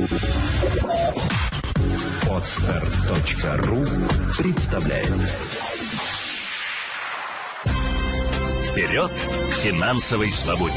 Podster.ru представляет. Вперед к финансовой свободе!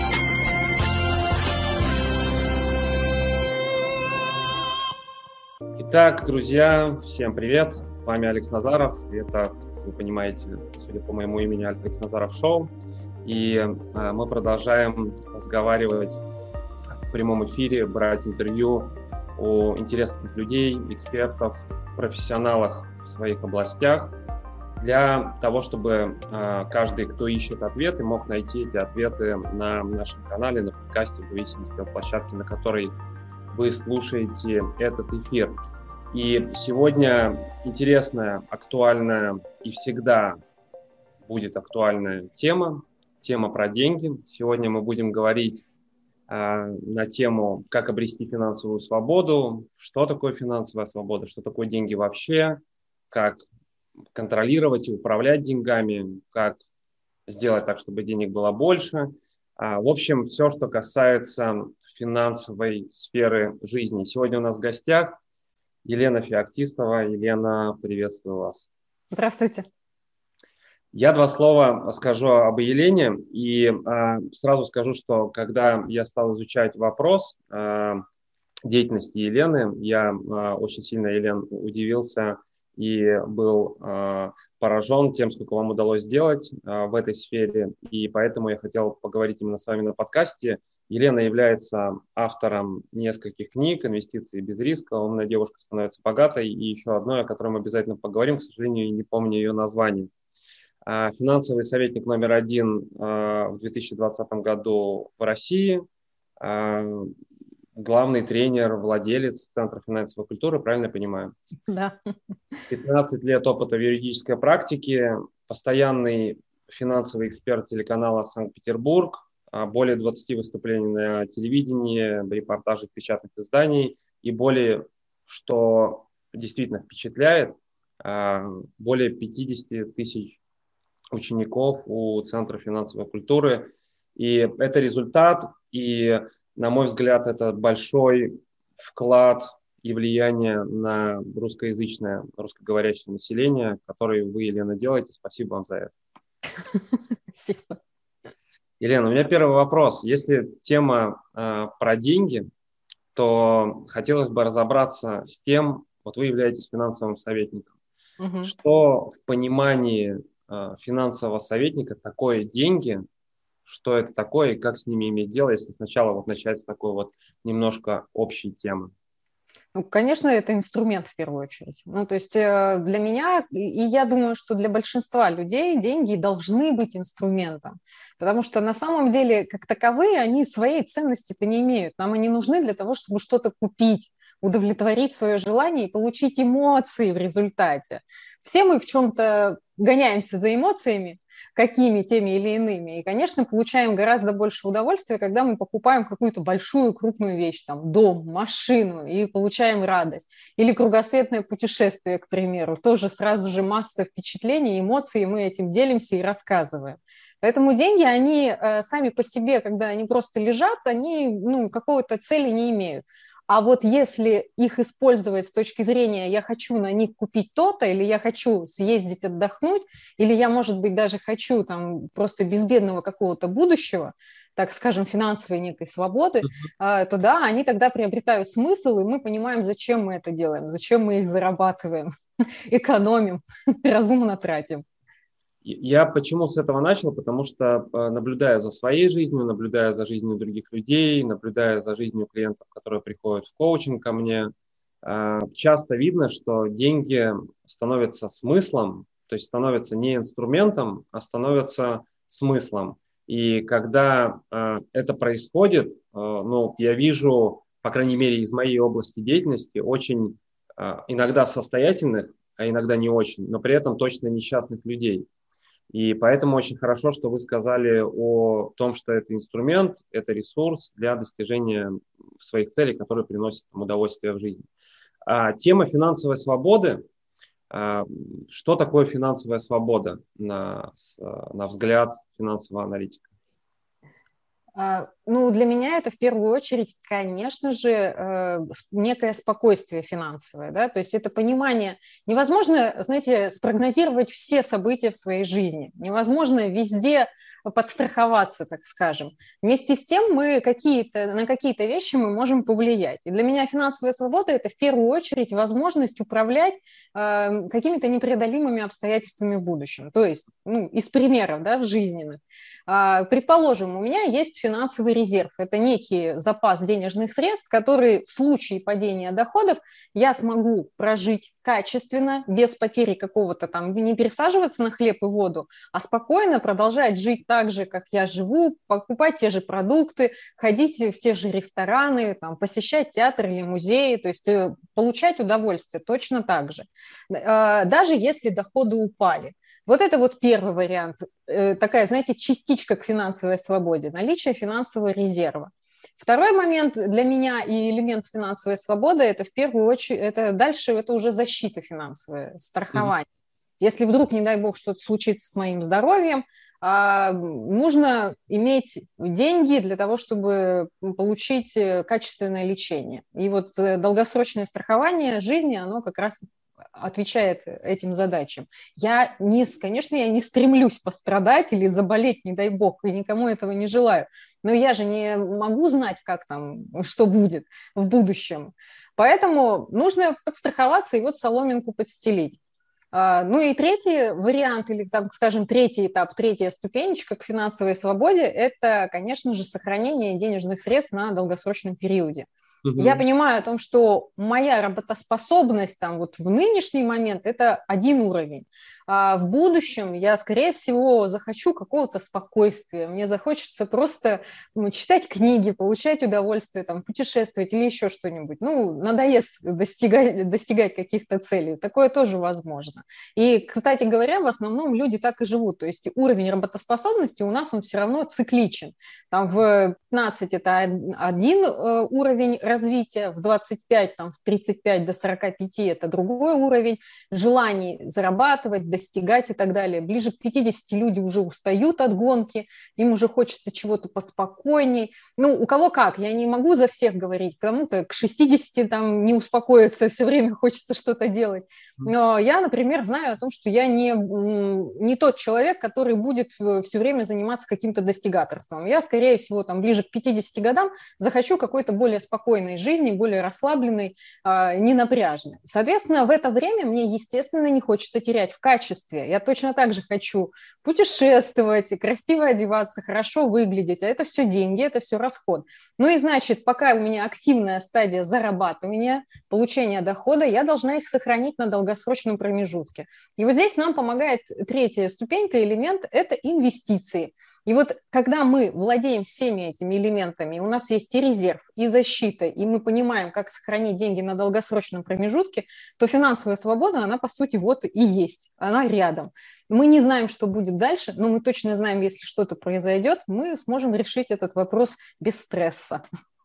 Итак, друзья, всем привет! С вами Алекс Назаров. Это, вы понимаете, судя по моему имени, Алекс Назаров Шоу. И мы продолжаем разговаривать в прямом эфире, брать интервью у интересных людей, экспертов, профессионалов в своих областях, для того, чтобы каждый, кто ищет ответы, мог найти эти ответы на нашем канале, на подкасте, в зависимости от площадки, на которой вы слушаете этот эфир. И сегодня интересная, актуальная и всегда будет актуальная тема про деньги. Сегодня мы будем говорить на тему, как обрести финансовую свободу, что такое финансовая свобода, что такое деньги вообще, как контролировать и управлять деньгами, как сделать так, чтобы денег было больше. В общем, все, что касается финансовой сферы жизни. Сегодня у нас в гостях Елена Феоктистова. Елена, приветствую вас. Здравствуйте. Я два слова скажу об Елене, и сразу скажу, что когда я стал изучать вопрос деятельности Елены, я очень сильно, Елен, удивился и был поражен тем, сколько вам удалось сделать в этой сфере, и поэтому я хотел поговорить именно с вами на подкасте. Елена является автором нескольких книг «Инвестиции без риска», «Умная девушка становится богатой» и еще одной, о которой мы обязательно поговорим, к сожалению, не помню ее название. Финансовый советник номер 1 в 2020 году в России, главный тренер, владелец Центра финансовой культуры, правильно я понимаю? Да. 15 лет опыта в юридической практике, постоянный финансовый эксперт телеканала «Санкт-Петербург», более 20 выступлений на телевидении, репортажей печатных изданий и более, что действительно впечатляет, более 50 тысяч учеников у Центра финансовой культуры. И это результат, и, на мой взгляд, это большой вклад и влияние на русскоязычное, русскоговорящее население, который вы, Елена, делаете. Спасибо вам за это. Спасибо. Елена, у меня первый вопрос. Если тема про деньги, то хотелось бы разобраться с тем, вот вы являетесь финансовым советником, что в понимании финансового советника такое деньги, что это такое и как с ними иметь дело, если сначала вот начать с такой вот немножко общей темы. Ну, конечно, это инструмент в первую очередь. Ну, то есть для меня, и я думаю, что для большинства людей деньги должны быть инструментом, потому что на самом деле, как таковые, они своей ценности-то не имеют. Нам они нужны для того, чтобы что-то купить, удовлетворить свое желание и получить эмоции в результате. Все мы в чем-то гоняемся за эмоциями, какими, теми или иными, и, конечно, получаем гораздо больше удовольствия, когда мы покупаем какую-то большую, крупную вещь, там, дом, машину, и получаем радость. Или кругосветное путешествие, к примеру, тоже сразу же масса впечатлений, эмоций, и мы этим делимся и рассказываем. Поэтому деньги, они сами по себе, когда они просто лежат, они какой-то цели не имеют. А вот если их использовать с точки зрения «я хочу на них купить то-то», или «я хочу съездить отдохнуть», или «я, может быть, даже хочу там просто безбедного какого-то будущего», так скажем, финансовой некой свободы, то да, они тогда приобретают смысл, и мы понимаем, зачем мы это делаем, зачем мы их зарабатываем, экономим, разумно тратим. Я почему с этого начал? Потому что, наблюдая за своей жизнью, наблюдая за жизнью других людей, наблюдая за жизнью клиентов, которые приходят в коучинг ко мне, часто видно, что деньги становятся смыслом, то есть становятся не инструментом, а становятся смыслом. И когда это происходит, я вижу, по крайней мере, из моей области деятельности, очень иногда состоятельных, а иногда не очень, но при этом точно несчастных людей. И поэтому очень хорошо, что вы сказали о том, что это инструмент, это ресурс для достижения своих целей, которые приносят нам удовольствие в жизни. Тема финансовой свободы. Что такое финансовая свобода на взгляд финансового аналитика? Ну, для меня это в первую очередь, конечно же, некое спокойствие финансовое, да, то есть это понимание. Невозможно, знаете, спрогнозировать все события в своей жизни, невозможно везде подстраховаться, так скажем. Вместе с тем на какие-то вещи мы можем повлиять. И для меня финансовая свобода – это в первую очередь возможность управлять какими-то непреодолимыми обстоятельствами в будущем. То есть, ну, из примеров, да, в жизненных. Предположим, у меня есть финансовый резерв. Это некий запас денежных средств, который в случае падения доходов я смогу прожить качественно, без потери какого-то там, не пересаживаться на хлеб и воду, а спокойно продолжать жить так же, как я живу, покупать те же продукты, ходить в те же рестораны, там, посещать театр или музеи, то есть получать удовольствие точно так же, даже если доходы упали. Вот это вот первый вариант, такая, знаете, частичка к финансовой свободе, наличие финансового резерва. Второй момент для меня и элемент финансовой свободы – это в первую очередь, это уже защита финансовая, страхование. Если вдруг, не дай бог, что-то случится с моим здоровьем, нужно иметь деньги для того, чтобы получить качественное лечение. И вот долгосрочное страхование жизни, оно как раз отвечает этим задачам. Конечно, я не стремлюсь пострадать или заболеть, не дай бог, и никому этого не желаю. Но я же не могу знать, как там, что будет в будущем. Поэтому нужно подстраховаться и вот соломинку подстелить. Ну и третий вариант, или, так скажем, третий этап, третья ступенечка к финансовой свободе – это, конечно же, сохранение денежных средств на долгосрочном периоде. Я понимаю о том, что моя работоспособность там, вот в нынешний момент – это один уровень. А в будущем я, скорее всего, захочу какого-то спокойствия. Мне захочется просто читать книги, получать удовольствие, там, путешествовать или еще что-нибудь. Ну, надоест достигать каких-то целей. Такое тоже возможно. И, кстати говоря, в основном люди так и живут. То есть уровень работоспособности у нас, он все равно цикличен. Там в 15 это один уровень развития, в 25, там, в 35 до 45 это другой уровень. Желаний зарабатывать, достигать и так далее. Ближе к 50 люди уже устают от гонки, им уже хочется чего-то поспокойней. Ну, у кого как, я не могу за всех говорить, кому-то к 60 там не успокоиться, все время хочется что-то делать. Но я, например, знаю о том, что я не тот человек, который будет все время заниматься каким-то достигаторством. Я, скорее всего, там, ближе к 50 годам захочу какой-то более спокойной жизни, более расслабленной, ненапряженной. Соответственно, в это время мне, естественно, не хочется терять в качестве. Я точно так же хочу путешествовать, красиво одеваться, хорошо выглядеть, а это все деньги, это все расход. Ну и значит, пока у меня активная стадия зарабатывания, получения дохода, я должна их сохранить на долгосрочном промежутке. И вот здесь нам помогает третья ступенька, элемент – это инвестиции. И вот когда мы владеем всеми этими элементами, у нас есть и резерв, и защита, и мы понимаем, как сохранить деньги на долгосрочном промежутке, то финансовая свобода, она, по сути, вот и есть, она рядом. Мы не знаем, что будет дальше, но мы точно знаем, если что-то произойдет, мы сможем решить этот вопрос без стресса.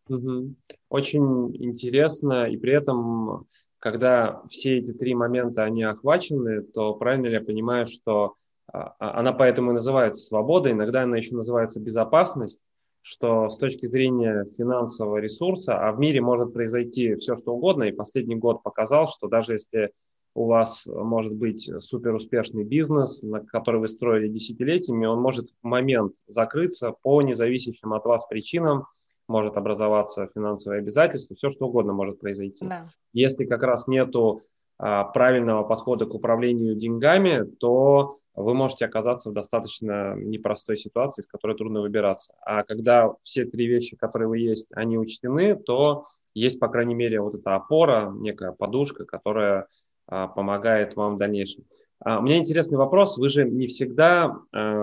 Очень интересно, и при этом, когда все эти три момента, они охвачены, то правильно ли я понимаю, что она поэтому и называется свобода, иногда она еще называется безопасность, что с точки зрения финансового ресурса, а в мире может произойти все, что угодно, и последний год показал, что даже если у вас может быть суперуспешный бизнес, на который вы строили десятилетиями, он может в момент закрыться по независящим от вас причинам, может образоваться финансовое обязательство, все, что угодно может произойти. Да. Если как раз нету правильного подхода к управлению деньгами, то вы можете оказаться в достаточно непростой ситуации, из которой трудно выбираться. А когда все три вещи, которые вы есть, они учтены, то есть, по крайней мере, вот эта опора, некая подушка, которая помогает вам в дальнейшем. У меня интересный вопрос. Вы же не всегда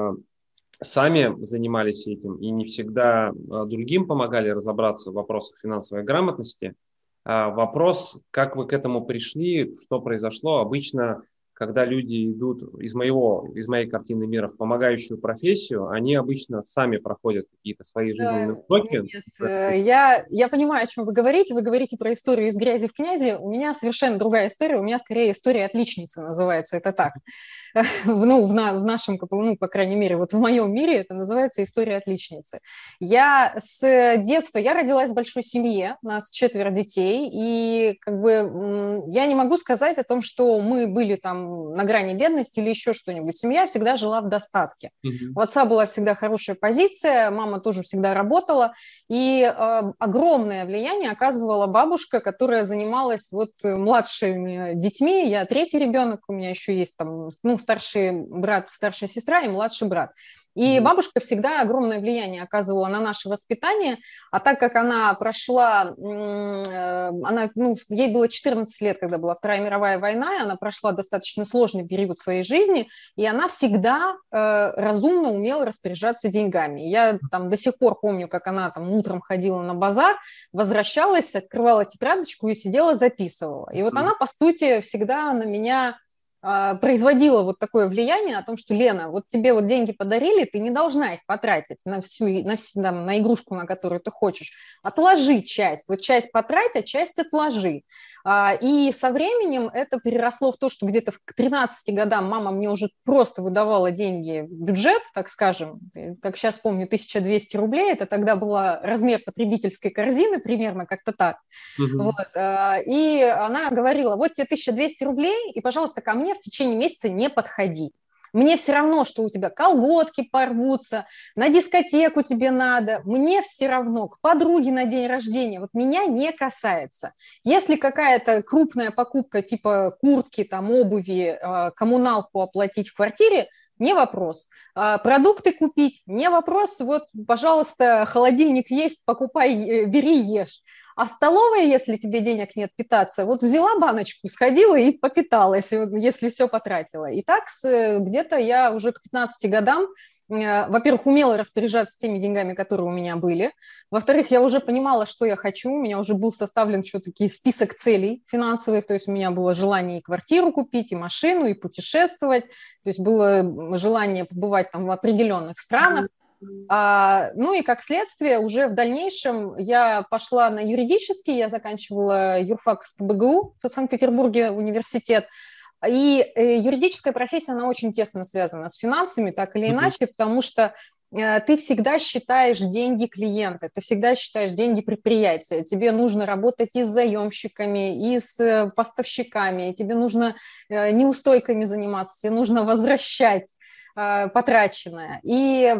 сами занимались этим и не всегда другим помогали разобраться в вопросах финансовой грамотности. Вопрос, как вы к этому пришли, что произошло. Обычно, когда люди идут из моей картины мира в помогающую профессию, они обычно сами проходят какие-то свои жизненные уроки. Нет, я понимаю, о чем вы говорите. Вы говорите про историю из грязи в князи. У меня совершенно другая история. У меня скорее история отличницы называется. Это так. Ну, в нашем, ну, по крайней мере, вот в моем мире это называется история отличницы. Я с детства, я родилась в большой семье, нас 4 детей, и как бы я не могу сказать о том, что мы были там на грани бедности или еще что-нибудь. Семья всегда жила в достатке. У отца была всегда хорошая позиция, мама тоже всегда работала, и огромное влияние оказывала бабушка, которая занималась вот младшими детьми. Я 3-й ребенок, у меня еще есть там, ну, старший брат, старшая сестра и младший брат. И бабушка всегда огромное влияние оказывала на наше воспитание, а так как она прошла, ну, ей было 14 лет, когда была Вторая мировая война, и она прошла достаточно сложный период своей жизни, и она всегда разумно умела распоряжаться деньгами. Я там до сих пор помню, как она там утром ходила на базар, возвращалась, открывала тетрадочку и сидела, записывала. И вот она, по сути, всегда на меня производила вот такое влияние о том, что, Лена, вот тебе вот деньги подарили, ты не должна их потратить на на игрушку, на которую ты хочешь. Отложи часть, вот часть потрать, а часть отложи. И со временем это переросло в то, что где-то к 13 годам мама мне уже просто выдавала деньги, бюджет, так скажем, как сейчас помню, 1200 рублей, это тогда был размер потребительской корзины, примерно как-то так. Вот. И она говорила, вот тебе 1200 рублей, и, пожалуйста, ко мне в течение месяца не подходи. Мне все равно, что у тебя колготки порвутся, на дискотеку тебе надо, мне все равно, к подруге на день рождения, вот меня не касается. Если какая-то крупная покупка типа куртки, там, обуви, коммуналку оплатить в квартире, не вопрос. Продукты купить, не вопрос. Вот, пожалуйста, холодильник есть, покупай, бери, ешь. А в столовой, если тебе денег нет питаться, вот взяла баночку, сходила и попиталась, если все потратила. И так где-то я уже к 15 годам, во-первых, умела распоряжаться теми деньгами, которые у меня были. Во-вторых, я уже понимала, что я хочу. У меня уже был составлен все-таки список целей финансовых. То есть у меня было желание и квартиру купить, и машину, и путешествовать. То есть было желание побывать там в определенных странах. Ну и как следствие уже в дальнейшем я пошла на юридический, я заканчивала юрфак СПбГУ в Санкт-Петербурге университет, и юридическая профессия, она очень тесно связана с финансами, так или иначе, потому что ты всегда считаешь деньги клиента, ты всегда считаешь деньги предприятия, тебе нужно работать и с заемщиками, и с поставщиками, тебе нужно неустойками заниматься, тебе нужно возвращать потраченное. И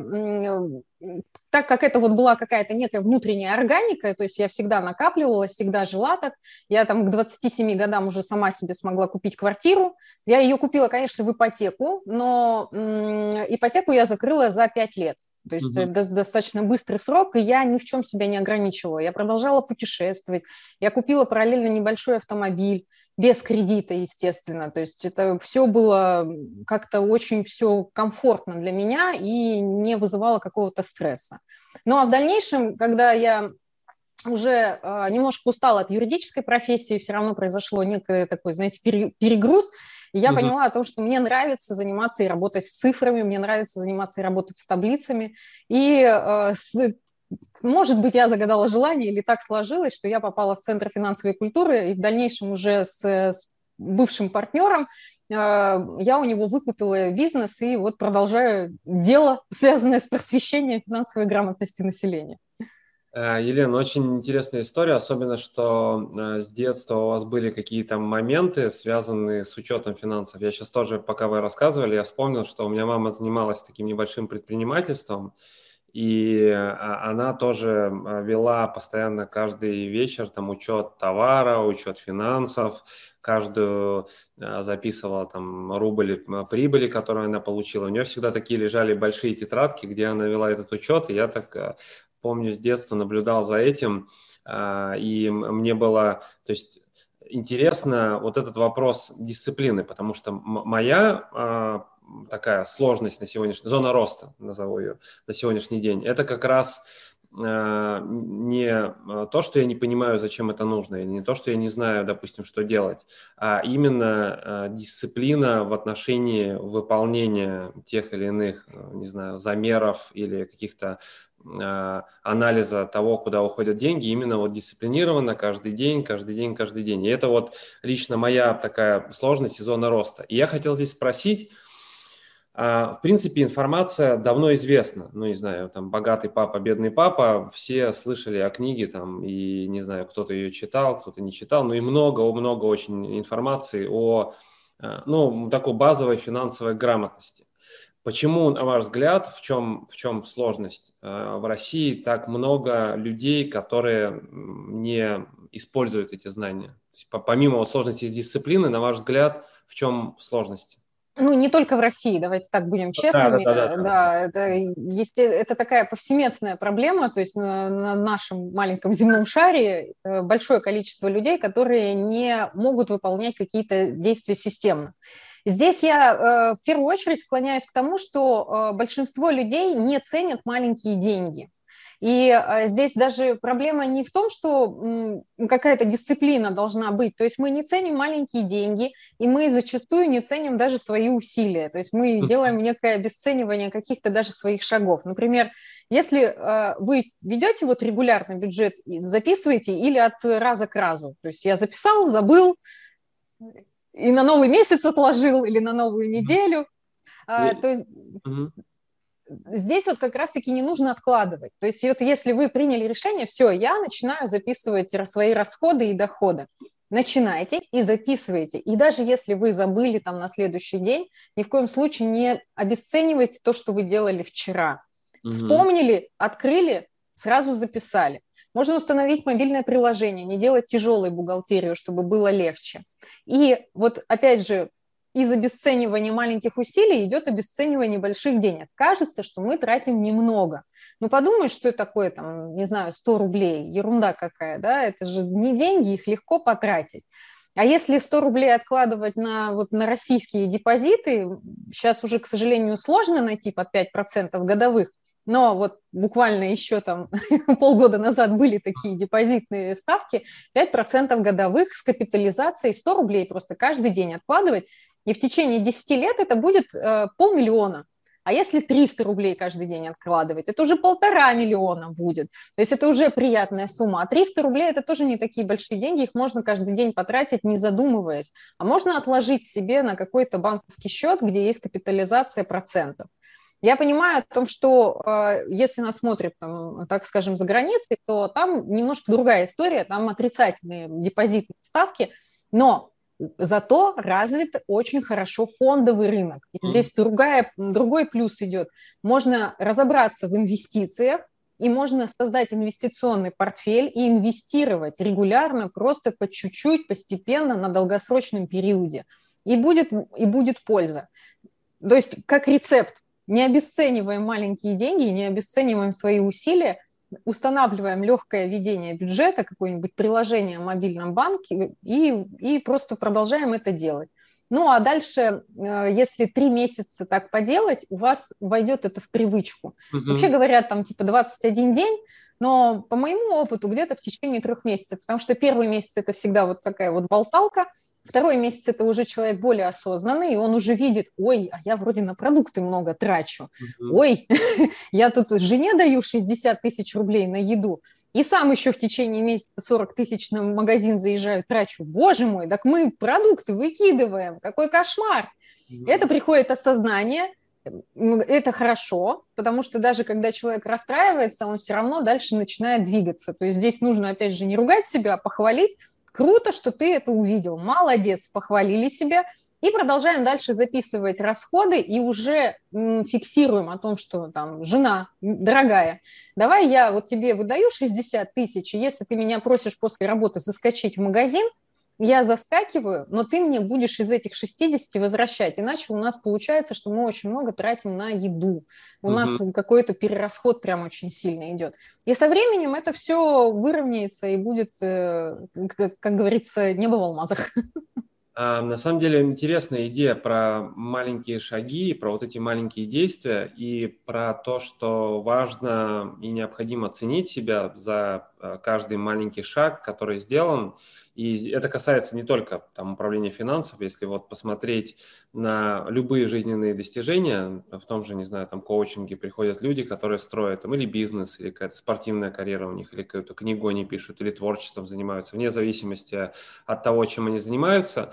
так как это вот была какая-то некая внутренняя органика, то есть я всегда накапливала, всегда жила так, я там к 27 годам уже сама себе смогла купить квартиру, я ее купила, конечно, в ипотеку, но ипотеку я закрыла за 5 лет. То есть достаточно быстрый срок, и я ни в чем себя не ограничивала. Я продолжала путешествовать, я купила параллельно небольшой автомобиль, без кредита, естественно. То есть это все было как-то очень все комфортно для меня и не вызывало какого-то стресса. Ну а в дальнейшем, когда я уже немножко устала от юридической профессии, все равно произошло некий такой, знаете, перегруз, и я поняла о том, что мне нравится заниматься и работать с цифрами, мне нравится заниматься и работать с таблицами, и может быть, я загадала желание, или так сложилось, что я попала в Центр финансовой культуры, и в дальнейшем уже с бывшим партнером я у него выкупила бизнес, и вот продолжаю дело, связанное с просвещением финансовой грамотности населения. Елена, очень интересная история, особенно, что с детства у вас были какие-то моменты, связанные с учетом финансов. Я сейчас тоже, пока вы рассказывали, я вспомнил, что у меня мама занималась таким небольшим предпринимательством, и она тоже вела постоянно каждый вечер там учет товара, учет финансов, каждую записывала там рубль прибыли, которую она получила. У нее всегда такие лежали большие тетрадки, где она вела этот учет, и я так помню, с детства наблюдал за этим, и мне было, то есть, интересно вот этот вопрос дисциплины, потому что моя такая сложность на сегодняшний, зона роста, назову ее, на сегодняшний день, это как раз не то, что я не понимаю, зачем это нужно, или не то, что я не знаю, допустим, что делать, а именно дисциплина в отношении выполнения тех или иных, не знаю, замеров или каких-то анализа того, куда уходят деньги, именно вот дисциплинированно каждый день, каждый день, каждый день. И это вот лично моя такая сложность и зона роста. И я хотел здесь спросить, в принципе, информация давно известна. Ну, не знаю, там «Богатый папа, бедный папа», все слышали о книге, там, и, не знаю, кто-то ее читал, кто-то не читал, но и много очень информации о, ну, такой базовой финансовой грамотности. Почему, на ваш взгляд, в чем сложность? В России так много людей, которые не используют эти знания. То есть, помимо вот сложности с дисциплиной, на ваш взгляд, в чем сложность? Ну, не только в России, давайте так будем честными. Да, это такая повсеместная проблема, то есть на нашем маленьком земном шаре большое количество людей, которые не могут выполнять какие-то действия системно. Здесь я в первую очередь склоняюсь к тому, что большинство людей не ценят маленькие деньги. И здесь даже проблема не в том, что какая-то дисциплина должна быть. То есть мы не ценим маленькие деньги, и мы зачастую не ценим даже свои усилия. То есть мы делаем некое обесценивание каких-то даже своих шагов. Например, если вы ведете вот регулярно бюджет, записываете или от раза к разу. То есть я записал, забыл, и на новый месяц отложил, или на новую неделю. То есть здесь вот как раз-таки не нужно откладывать. То есть вот если вы приняли решение, все, я начинаю записывать свои расходы и доходы. Начинайте и записывайте. И даже если вы забыли там на следующий день, ни в коем случае не обесценивайте то, что вы делали вчера. Вспомнили, открыли, сразу записали. Можно установить мобильное приложение, не делать тяжелую бухгалтерию, чтобы было легче. И вот опять же, из обесценивания маленьких усилий идет обесценивание больших денег. Кажется, что мы тратим немного. Ну, подумай, что такое, там, не знаю, 100 рублей, ерунда какая, да, это же не деньги, их легко потратить. А если 100 рублей откладывать вот на российские депозиты, сейчас уже, к сожалению, сложно найти под 5% годовых, но вот буквально еще там полгода назад были такие депозитные ставки, 5% годовых с капитализацией 100 рублей просто каждый день откладывать, и в течение 10 лет это будет 500 000. А если 300 рублей каждый день откладывать, это уже 1,5 миллиона будет. То есть это уже приятная сумма. А 300 рублей – это тоже не такие большие деньги, их можно каждый день потратить, не задумываясь. А можно отложить себе на какой-то банковский счет, где есть капитализация процентов. Я понимаю о том, что если нас смотрят, там, так скажем, за границей, то там немножко другая история, там отрицательные депозитные ставки, но зато развит очень хорошо фондовый рынок. И здесь другой плюс идет. Можно разобраться в инвестициях, и можно создать инвестиционный портфель и инвестировать регулярно, просто по чуть-чуть, постепенно, на долгосрочном периоде. И будет польза. То есть как рецепт. Не обесцениваем маленькие деньги, не обесцениваем свои усилия, устанавливаем легкое ведение бюджета, какое-нибудь приложение в мобильном банке и просто продолжаем это делать. Ну, а дальше, если 3 месяца так поделать, у вас войдет это в привычку. Вообще говорят, там, типа, 21 день, но по моему опыту где-то в течение 3 месяцев, потому что первый месяц – это всегда вот такая вот болталка, второй месяц – это уже человек более осознанный, и он уже видит, ой, а я вроде на продукты много трачу, ой, я тут жене даю 60 000 рублей на еду, и сам еще в течение месяца 40 000 на магазин заезжаю, трачу. Боже мой, так мы продукты выкидываем, какой кошмар. Это приходит осознание, это хорошо, потому что даже когда человек расстраивается, он все равно дальше начинает двигаться. То есть здесь нужно, опять же, не ругать себя, а похвалить. Круто, что ты это увидел, молодец, похвалили себя. И продолжаем дальше записывать расходы и уже фиксируем о том, что там, жена, дорогая, давай я вот тебе выдаю 60 000, и если ты меня просишь после работы заскочить в магазин, я заскакиваю, но ты мне будешь из этих 60 возвращать, иначе у нас получается, что мы очень много тратим на еду. У нас какой-то перерасход прям очень сильно идет. И со временем это все выровняется и будет, как говорится, небо в алмазах. На самом деле интересная идея про маленькие шаги, про вот эти маленькие действия и про то, что важно и необходимо ценить себя за каждый маленький шаг, который сделан. И это касается не только там, управления финансов, если вот посмотреть на любые жизненные достижения, в том же, не знаю, там коучинге приходят люди, которые строят там или бизнес, или какая-то спортивная карьера у них, или какую-то книгу они пишут, или творчеством занимаются, вне зависимости от того, чем они занимаются,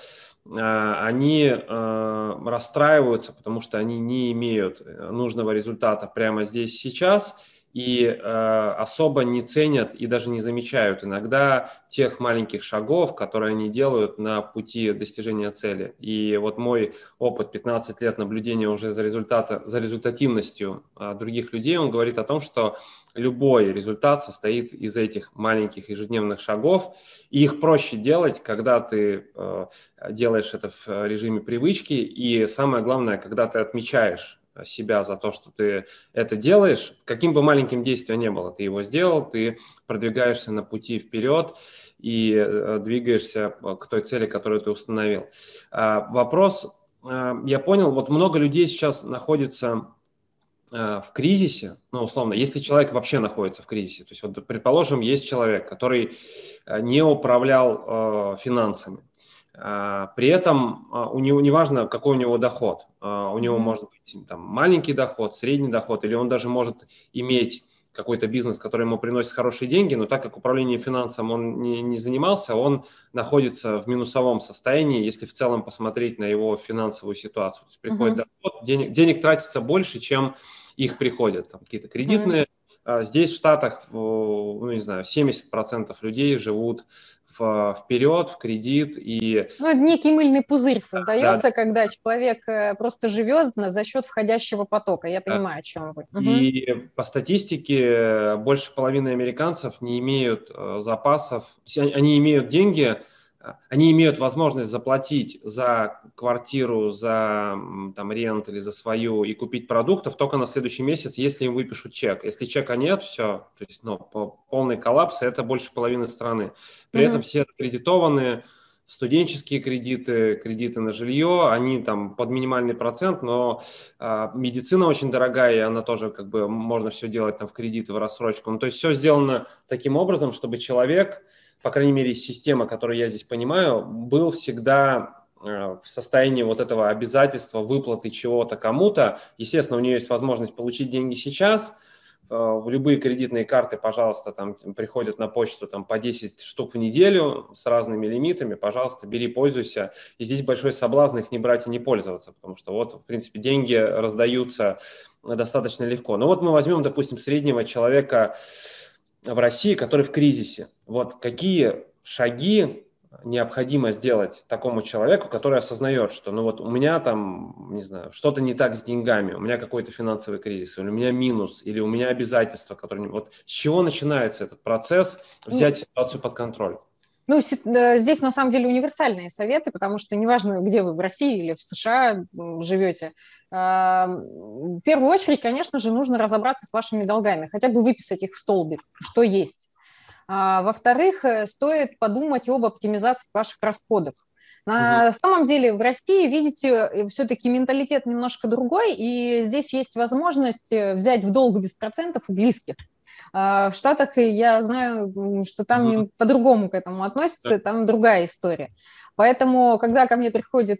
они расстраиваются, потому что они не имеют нужного результата прямо здесь сейчас и особо не ценят и даже не замечают иногда тех маленьких шагов, которые они делают на пути достижения цели. И вот мой опыт 15 лет наблюдения уже за результативностью других людей, он говорит о том, что любой результат состоит из этих маленьких ежедневных шагов, и их проще делать, когда ты делаешь это в режиме привычки, и самое главное, когда ты отмечаешь себя за то, что ты это делаешь, каким бы маленьким действием ни было, ты его сделал, ты продвигаешься на пути вперед и двигаешься к той цели, которую ты установил. Вопрос, я понял, вот много людей сейчас находится в кризисе, ну, условно, если человек вообще находится в кризисе, то есть, вот, предположим, есть человек, который не управлял финансами, при этом у него неважно, какой у него доход, у него может быть там, маленький доход, средний доход, или он даже может иметь какой-то бизнес, который ему приносит хорошие деньги, но так как управлением финансами он не занимался, он находится в минусовом состоянии, если в целом посмотреть на его финансовую ситуацию. То есть приходит доход, денег тратится больше, чем их приходят. Там какие-то кредитные. Здесь в Штатах, ну, не знаю, 70% людей живут вперед, в кредит. И... Ну, некий мыльный пузырь создается, когда человек просто живет за счет входящего потока. Я понимаю, о чем вы. И по статистике больше половины американцев не имеют запасов. Они имеют деньги, они имеют возможность заплатить за квартиру, за там, рент или за свою и купить продуктов только на следующий месяц, если им выпишут чек. Если чека нет, все, то есть полный коллапс, и это больше половины страны. При этом все аккредитованные, студенческие кредиты, кредиты на жилье, они там под минимальный процент, но медицина очень дорогая, и она тоже как бы можно все делать там в кредиты, в рассрочку. Ну, то есть все сделано таким образом, чтобы человек, по крайней мере, система, которую я здесь понимаю, был всегда в состоянии вот этого обязательства выплаты чего-то кому-то. Естественно, у нее есть возможность получить деньги сейчас. Любые кредитные карты, пожалуйста, там приходят на почту там, по 10 штук в неделю с разными лимитами. Пожалуйста, бери, пользуйся. И здесь большой соблазн их не брать и не пользоваться, потому что вот, в принципе, деньги раздаются достаточно легко. Но вот мы возьмем, допустим, среднего человека в России, который в кризисе. Вот какие шаги необходимо сделать такому человеку, который осознает, что ну вот у меня там, не знаю, что-то не так с деньгами, у меня какой-то финансовый кризис, или у меня минус, или у меня обязательства, которые... Вот с чего начинается этот процесс взять ситуацию под контроль? Ну, здесь на самом деле универсальные советы, потому что неважно, где вы, в России или в США живете, в первую очередь, конечно же, нужно разобраться с вашими долгами, хотя бы выписать их в столбик, что есть. Во-вторых, стоит подумать об оптимизации ваших расходов. На самом деле в России, видите, все-таки менталитет немножко другой, и здесь есть возможность взять в долг без процентов у близких. В Штатах я знаю, что там по-другому к этому относятся, там другая история. Поэтому, когда ко мне приходит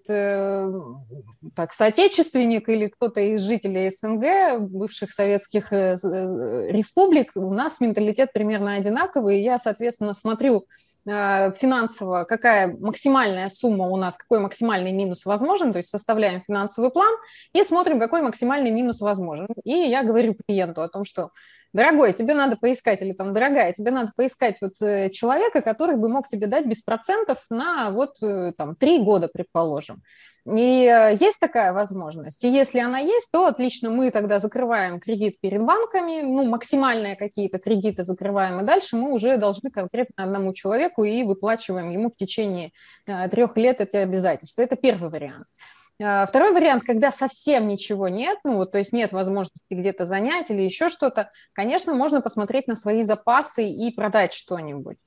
так, соотечественник или кто-то из жителей СНГ, бывших советских республик, у нас менталитет примерно одинаковый, и я, соответственно, смотрю финансово, какая максимальная сумма у нас, какой максимальный минус возможен, то есть составляем финансовый план и смотрим, какой максимальный минус возможен. И я говорю клиенту о том, что дорогой, тебе надо поискать, или там, дорогая, тебе надо поискать вот человека, который бы мог тебе дать без процентов на вот там 3 года, предположим. И есть такая возможность. И если она есть, то отлично, мы тогда закрываем кредит перед банками, ну, максимальные какие-то кредиты закрываем, и дальше мы уже должны конкретно одному человеку и выплачиваем ему в течение 3 лет эти обязательства. Это первый вариант. Второй вариант, когда совсем ничего нет, ну, вот, то есть нет возможности где-то занять или еще что-то, конечно, можно посмотреть на свои запасы и продать что-нибудь.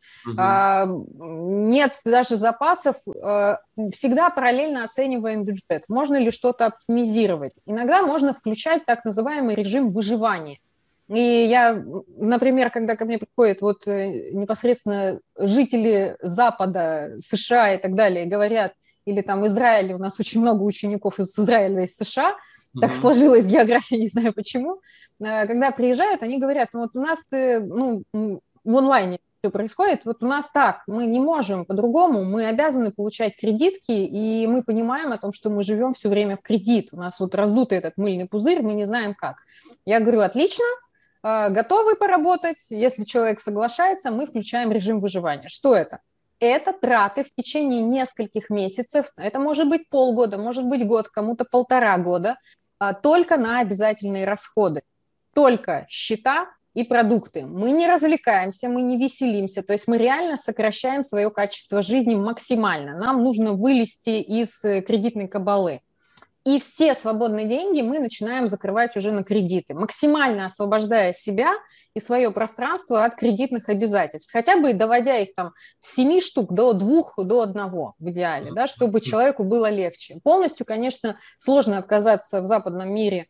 Нет даже запасов, всегда параллельно оцениваем бюджет. Можно ли что-то оптимизировать? Иногда можно включать так называемый режим выживания. И я, например, когда ко мне приходят вот непосредственно жители Запада, США и так далее, говорят, или там в Израиле, у нас очень много учеников из Израиля и из США, так сложилась география, не знаю почему, когда приезжают, они говорят, ну вот у нас ну, в онлайне все происходит, вот у нас так, мы не можем по-другому, мы обязаны получать кредитки, и мы понимаем о том, что мы живем все время в кредит, у нас вот раздутый этот мыльный пузырь, мы не знаем как. Я говорю, отлично, готовы поработать, если человек соглашается, мы включаем режим выживания. Что это? Это траты в течение нескольких месяцев, это может быть полгода, может быть год, кому-то 1,5 года, только на обязательные расходы, только счета и продукты. Мы не развлекаемся, мы не веселимся, то есть мы реально сокращаем свое качество жизни максимально. Нам нужно вылезти из кредитной кабалы. И все свободные деньги мы начинаем закрывать уже на кредиты, максимально освобождая себя и свое пространство от кредитных обязательств, хотя бы доводя их там с 7 штук до 2, до 1 в идеале, да, чтобы человеку было легче. Полностью, конечно, сложно отказаться в западном мире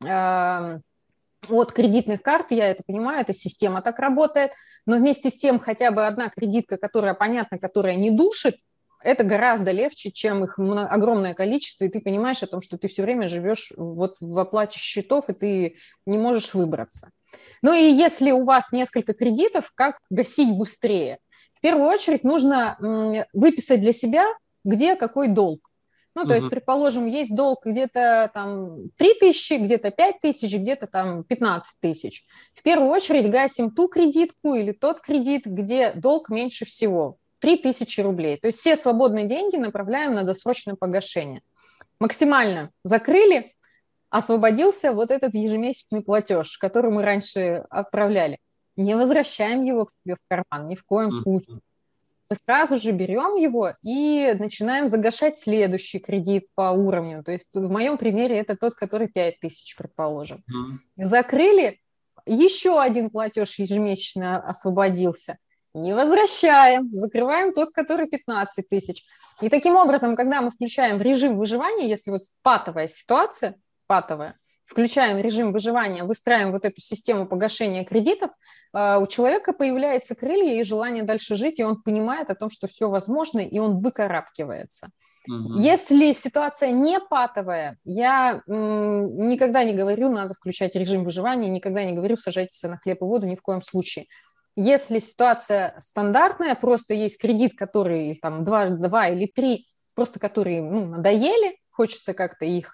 от кредитных карт, я это понимаю, эта система так работает, но вместе с тем хотя бы одна кредитка, которая понятна, которая не душит, это гораздо легче, чем их огромное количество, и ты понимаешь о том, что ты все время живешь вот в оплате счетов, и ты не можешь выбраться. Ну и если у вас несколько кредитов, как гасить быстрее? В первую очередь нужно выписать для себя, где какой долг. Ну, то есть, предположим, есть долг где-то там 3 тысячи, где-то 5 тысяч, где-то там 15 тысяч. В первую очередь гасим ту кредитку или тот кредит, где долг меньше всего. 3000 рублей. То есть все свободные деньги направляем на досрочное погашение. Максимально закрыли, освободился вот этот ежемесячный платеж, который мы раньше отправляли. Не возвращаем его к тебе в карман, ни в коем случае. Мы сразу же берем его и начинаем загашать следующий кредит по уровню. То есть в моем примере это тот, который 5000, предположим. Закрыли, еще один платеж ежемесячно освободился. Не возвращаем, закрываем тот, который 15 тысяч. И таким образом, когда мы включаем режим выживания, если вот патовая ситуация, включаем режим выживания, выстраиваем вот эту систему погашения кредитов, у человека появляются крылья и желание дальше жить, и он понимает о том, что все возможно, и он выкарабкивается. Если ситуация не патовая, я никогда не говорю, надо включать режим выживания, никогда не говорю, сажайтесь на хлеб и воду, ни в коем случае. Если ситуация стандартная, просто есть кредит, который там 2 или 3, просто которые надоели, хочется как-то их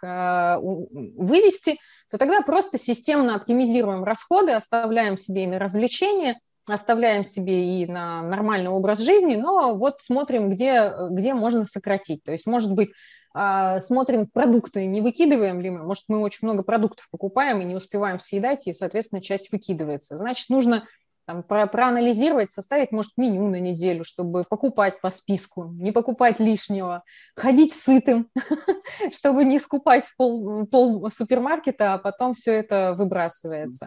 вывести, то тогда просто системно оптимизируем расходы, оставляем себе и на развлечения, оставляем себе и на нормальный образ жизни, но вот смотрим, где можно сократить. То есть, может быть, смотрим продукты, не выкидываем ли мы, может, мы очень много продуктов покупаем и не успеваем съедать, и, соответственно, часть выкидывается. Значит, нужно проанализировать, составить, может, меню на неделю, чтобы покупать по списку, не покупать лишнего, ходить сытым, чтобы не скупать пол супермаркета, а потом все это выбрасывается.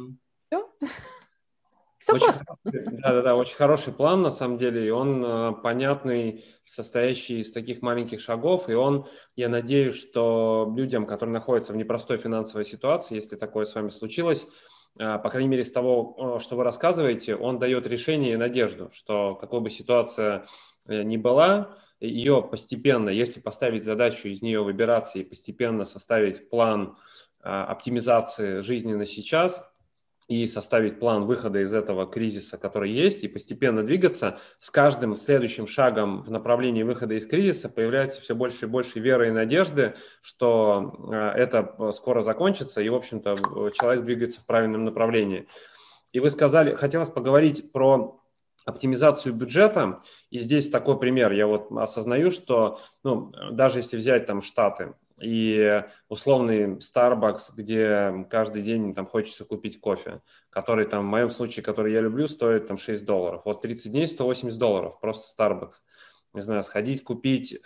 Все просто. Да, очень хороший план, на самом деле, и он понятный, состоящий из таких маленьких шагов, и он, я надеюсь, что людям, которые находятся в непростой финансовой ситуации, если такое с вами случилось, по крайней мере, из того, что вы рассказываете, он дает решение и надежду, что какой бы ситуация ни была, ее постепенно, если поставить задачу из нее выбираться и постепенно составить план оптимизации жизни на сейчас и составить план выхода из этого кризиса, который есть, и постепенно двигаться, с каждым следующим шагом в направлении выхода из кризиса появляется все больше и больше веры и надежды, что это скоро закончится, и, в общем-то, человек двигается в правильном направлении. И вы сказали, хотелось поговорить про оптимизацию бюджета, и здесь такой пример. Я вот осознаю, что даже если взять там Штаты, и условный Starbucks, где каждый день там хочется купить кофе, который там, в моем случае, который я люблю, стоит там $6. Вот 30 дней $180, просто Starbucks. не знаю, сходить купить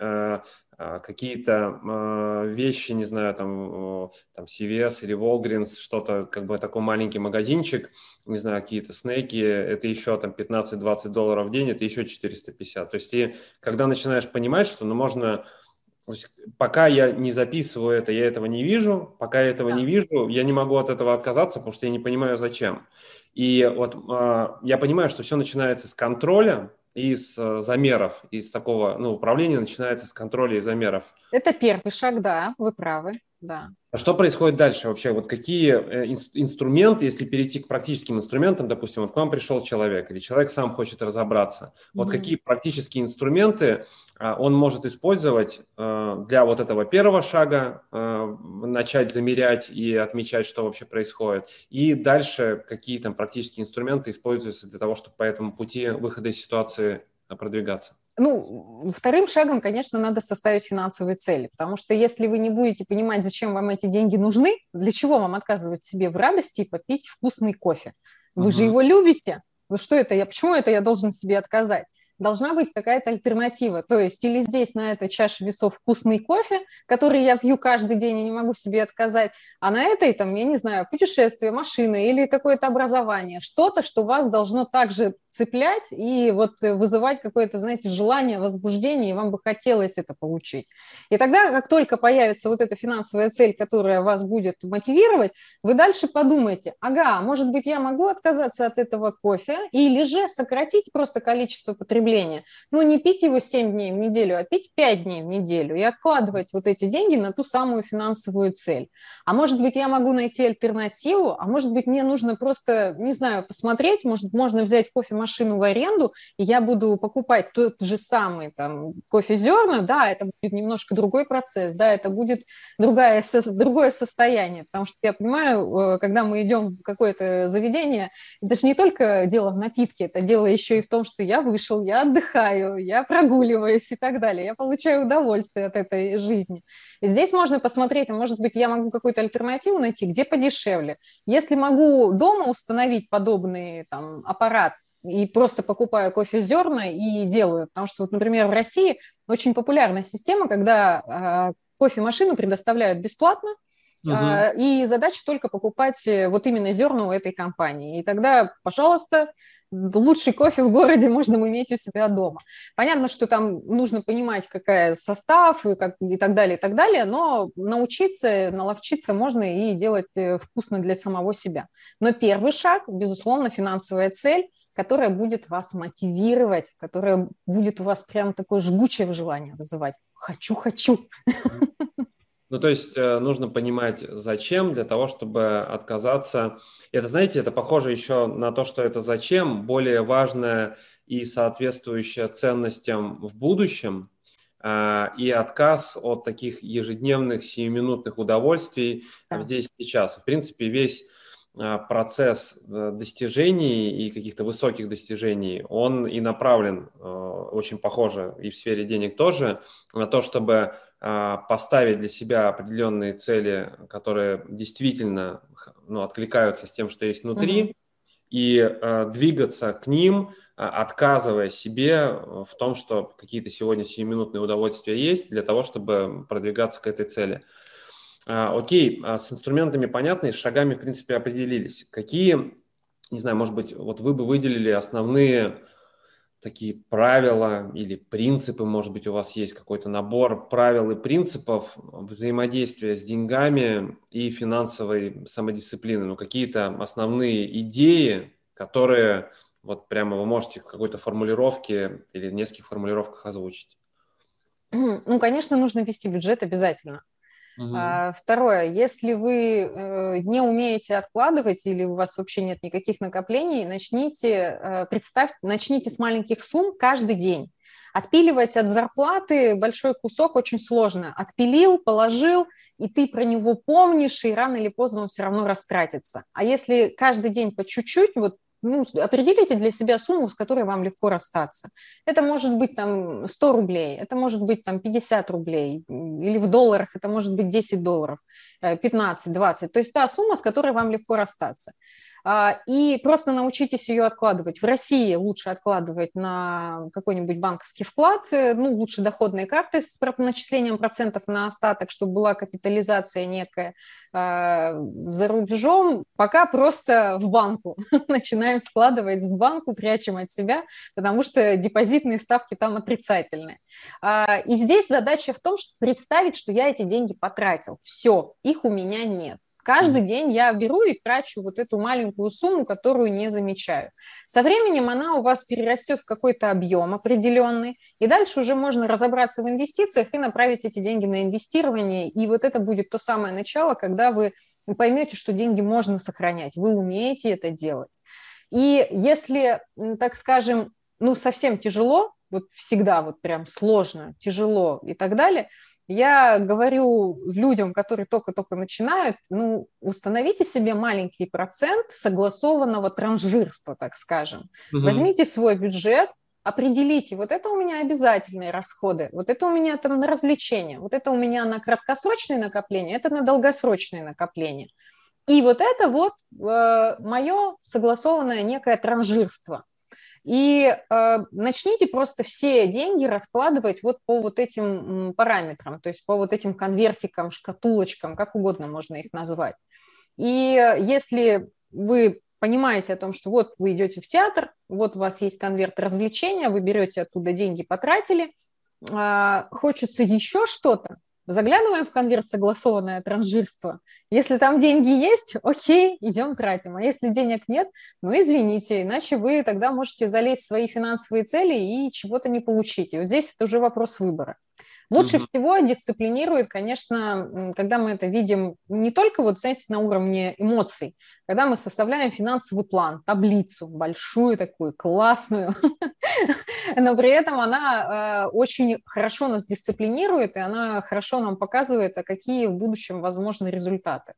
какие-то вещи, не знаю, там CVS или Walgreens, что-то, как бы такой маленький магазинчик, не знаю, какие-то снеки, это еще там $15-20 в день, это еще 450. То есть ты, когда начинаешь понимать, что можно... То есть, пока я не записываю это, я этого не вижу. Пока я этого не вижу, я не могу от этого отказаться, потому что я не понимаю, зачем. И вот я понимаю, что все начинается с контроля и с замеров, из такого, управление начинается с контроля и замеров. Это первый шаг, да, вы правы, да. А что происходит дальше вообще? Вот какие инструменты, если перейти к практическим инструментам, допустим, вот к вам пришел человек, или человек сам хочет разобраться, вот какие практические инструменты он может использовать для вот этого первого шага, начать замерять и отмечать, что вообще происходит, и дальше какие там практические инструменты используются для того, чтобы по этому пути выхода из ситуации продвигаться? Вторым шагом, конечно, надо составить финансовые цели, потому что если вы не будете понимать, зачем вам эти деньги нужны, для чего вам отказывать себе в радости и попить вкусный кофе? Вы же его любите. Что это почему это я должен себе отказать? Должна быть какая-то альтернатива. То есть или здесь на этой чаше весов вкусный кофе, который я пью каждый день и не могу себе отказать, а на этой, я не знаю, путешествие, машина или какое-то образование. Что-то, что вас должно также цеплять и вот вызывать какое-то, знаете, желание, возбуждение, и вам бы хотелось это получить. И тогда, как только появится вот эта финансовая цель, которая вас будет мотивировать, вы дальше подумаете, может быть, я могу отказаться от этого кофе или же сократить просто количество потребления. Не пить его 7 дней в неделю, а пить 5 дней в неделю и откладывать вот эти деньги на ту самую финансовую цель. А может быть, я могу найти альтернативу, а может быть, мне нужно просто, не знаю, посмотреть, может, можно взять кофемашину в аренду, и я буду покупать тот же самый кофе-зерна, да, это будет немножко другой процесс, да, это будет другое состояние, потому что я понимаю, когда мы идем в какое-то заведение, это же не только дело в напитке, это дело еще и в том, что я вышел, я отдыхаю, я прогуливаюсь и так далее, я получаю удовольствие от этой жизни. И здесь можно посмотреть, может быть, я могу какую-то альтернативу найти, где подешевле. Если могу дома установить подобный аппарат и просто покупаю кофе-зерна и делаю, потому что, например, в России очень популярная система, когда кофемашину предоставляют бесплатно, и задача только покупать вот именно зерна у этой компании. И тогда, пожалуйста, лучший кофе в городе можно иметь у себя дома. Понятно, что там нужно понимать, какой состав и так далее, но наловчиться можно и делать вкусно для самого себя. Но первый шаг, безусловно, финансовая цель, которая будет вас мотивировать, которая будет у вас прям такое жгучее желание вызывать. Хочу. То есть нужно понимать, зачем, для того, чтобы отказаться. Это, знаете, это похоже еще на то, что это зачем, более важное и соответствующее ценностям в будущем, и отказ от таких ежедневных сиюминутных удовольствий здесь и сейчас. В принципе, весь процесс достижений и каких-то высоких достижений, он и направлен, очень похоже, и в сфере денег тоже, на то, чтобы поставить для себя определенные цели, которые действительно откликаются с тем, что есть внутри, и двигаться к ним, отказывая себе в том, что какие-то сегодня сиюминутные удовольствия есть, для того, чтобы продвигаться к этой цели. Окей, с инструментами понятно, с шагами, в принципе, определились. Какие, не знаю, может быть, вот вы бы выделили основные такие правила или принципы, может быть, у вас есть какой-то набор правил и принципов взаимодействия с деньгами и финансовой самодисциплины, какие-то основные идеи, которые вот прямо вы можете в какой-то формулировке или в нескольких формулировках озвучить. Конечно, нужно вести бюджет обязательно. Второе, если вы не умеете откладывать или у вас вообще нет никаких накоплений, начните с маленьких сумм каждый день. Отпиливать от зарплаты большой кусок очень сложно. Отпилил, положил, и ты про него помнишь, и рано или поздно он все равно растратится. А если каждый день по чуть-чуть, определите для себя сумму, с которой вам легко расстаться. Это может быть 100 рублей, это может быть 50 рублей, или в долларах это может быть $10, 15, 20. То есть та сумма, с которой вам легко расстаться. и просто научитесь ее откладывать. В России лучше откладывать на какой-нибудь банковский вклад, ну, лучше доходные карты с начислением процентов на остаток, чтобы была капитализация некая. За рубежом пока просто в банку. Начинаем складывать в банку, прячем от себя, потому что депозитные ставки там отрицательные. И здесь задача в том, чтобы представить, что я эти деньги потратил. Все, их у меня нет. Каждый день я беру и трачу вот эту маленькую сумму, которую не замечаю. Со временем она у вас перерастет в какой-то объем определенный, и дальше уже можно разобраться в инвестициях и направить эти деньги на инвестирование. И вот это будет то самое начало, когда вы поймете, что деньги можно сохранять, вы умеете это делать. И если, так скажем, ну совсем тяжело, вот всегда вот прям сложно, тяжело и так далее, я говорю людям, которые только-только начинают, ну, установите себе маленький процент согласованного транжирства, так скажем. Возьмите свой бюджет, определите, вот это у меня обязательные расходы, вот это у меня там на развлечения, вот это у меня на краткосрочные накопления, это на долгосрочные накопления. И вот это вот мое согласованное некое транжирство. И начните просто все деньги раскладывать вот по вот этим параметрам, то есть по вот этим конвертикам, шкатулочкам, как угодно можно их назвать. И если вы понимаете о том, что вот вы идете в театр, вот у вас есть конверт развлечения, вы берете оттуда деньги, потратили, хочется еще что-то, заглядываем в конверт согласованное транжирство. Если там деньги есть, окей, идем тратим. А если денег нет, ну извините, иначе вы тогда можете залезть в свои финансовые цели и чего-то не получить. И вот здесь это уже вопрос выбора. Лучше всего дисциплинирует, конечно, когда мы это видим не только, вот, знаете, на уровне эмоций, когда мы составляем финансовый план, таблицу большую такую, классную, но при этом она очень хорошо нас дисциплинирует, и она хорошо нам показывает, а какие в будущем возможны результаты.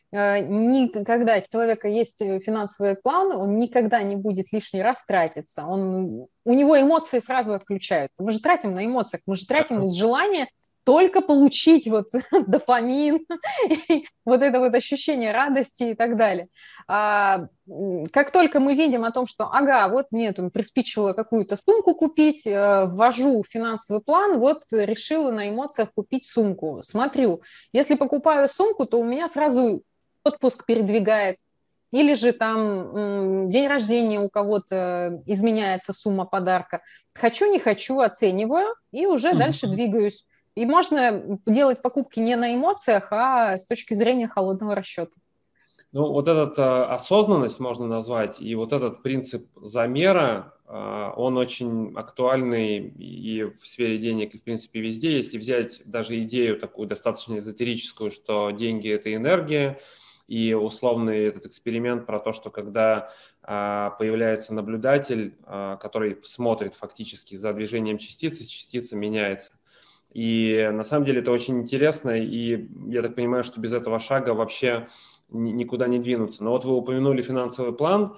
Когда у человека есть финансовый план, он никогда не будет лишний раз тратиться. У него эмоции сразу отключают. Мы же тратим на эмоциях, мы же тратим из желания только получить вот дофамин, вот это вот ощущение радости и так далее. Как только мы видим о том, что, ага, вот мне там приспичило какую-то сумку купить, ввожу финансовый план, вот решила на эмоциях купить сумку. Смотрю, если покупаю сумку, то у меня сразу отпуск передвигается, или же там день рождения у кого-то изменяется сумма подарка. Хочу, не хочу, оцениваю и уже дальше двигаюсь. И можно делать покупки не на эмоциях, а с точки зрения холодного расчета. Ну, вот эту осознанность можно назвать, и вот этот принцип замера, он очень актуальный и в сфере денег, и в принципе везде. Если взять даже идею такую достаточно эзотерическую, что деньги – это энергия, и условный этот эксперимент про то, что когда появляется наблюдатель, который смотрит фактически за движением частицы, частица меняется. И на самом деле это очень интересно, и я так понимаю, что без этого шага вообще никуда не двинуться. Но вот вы упомянули финансовый план.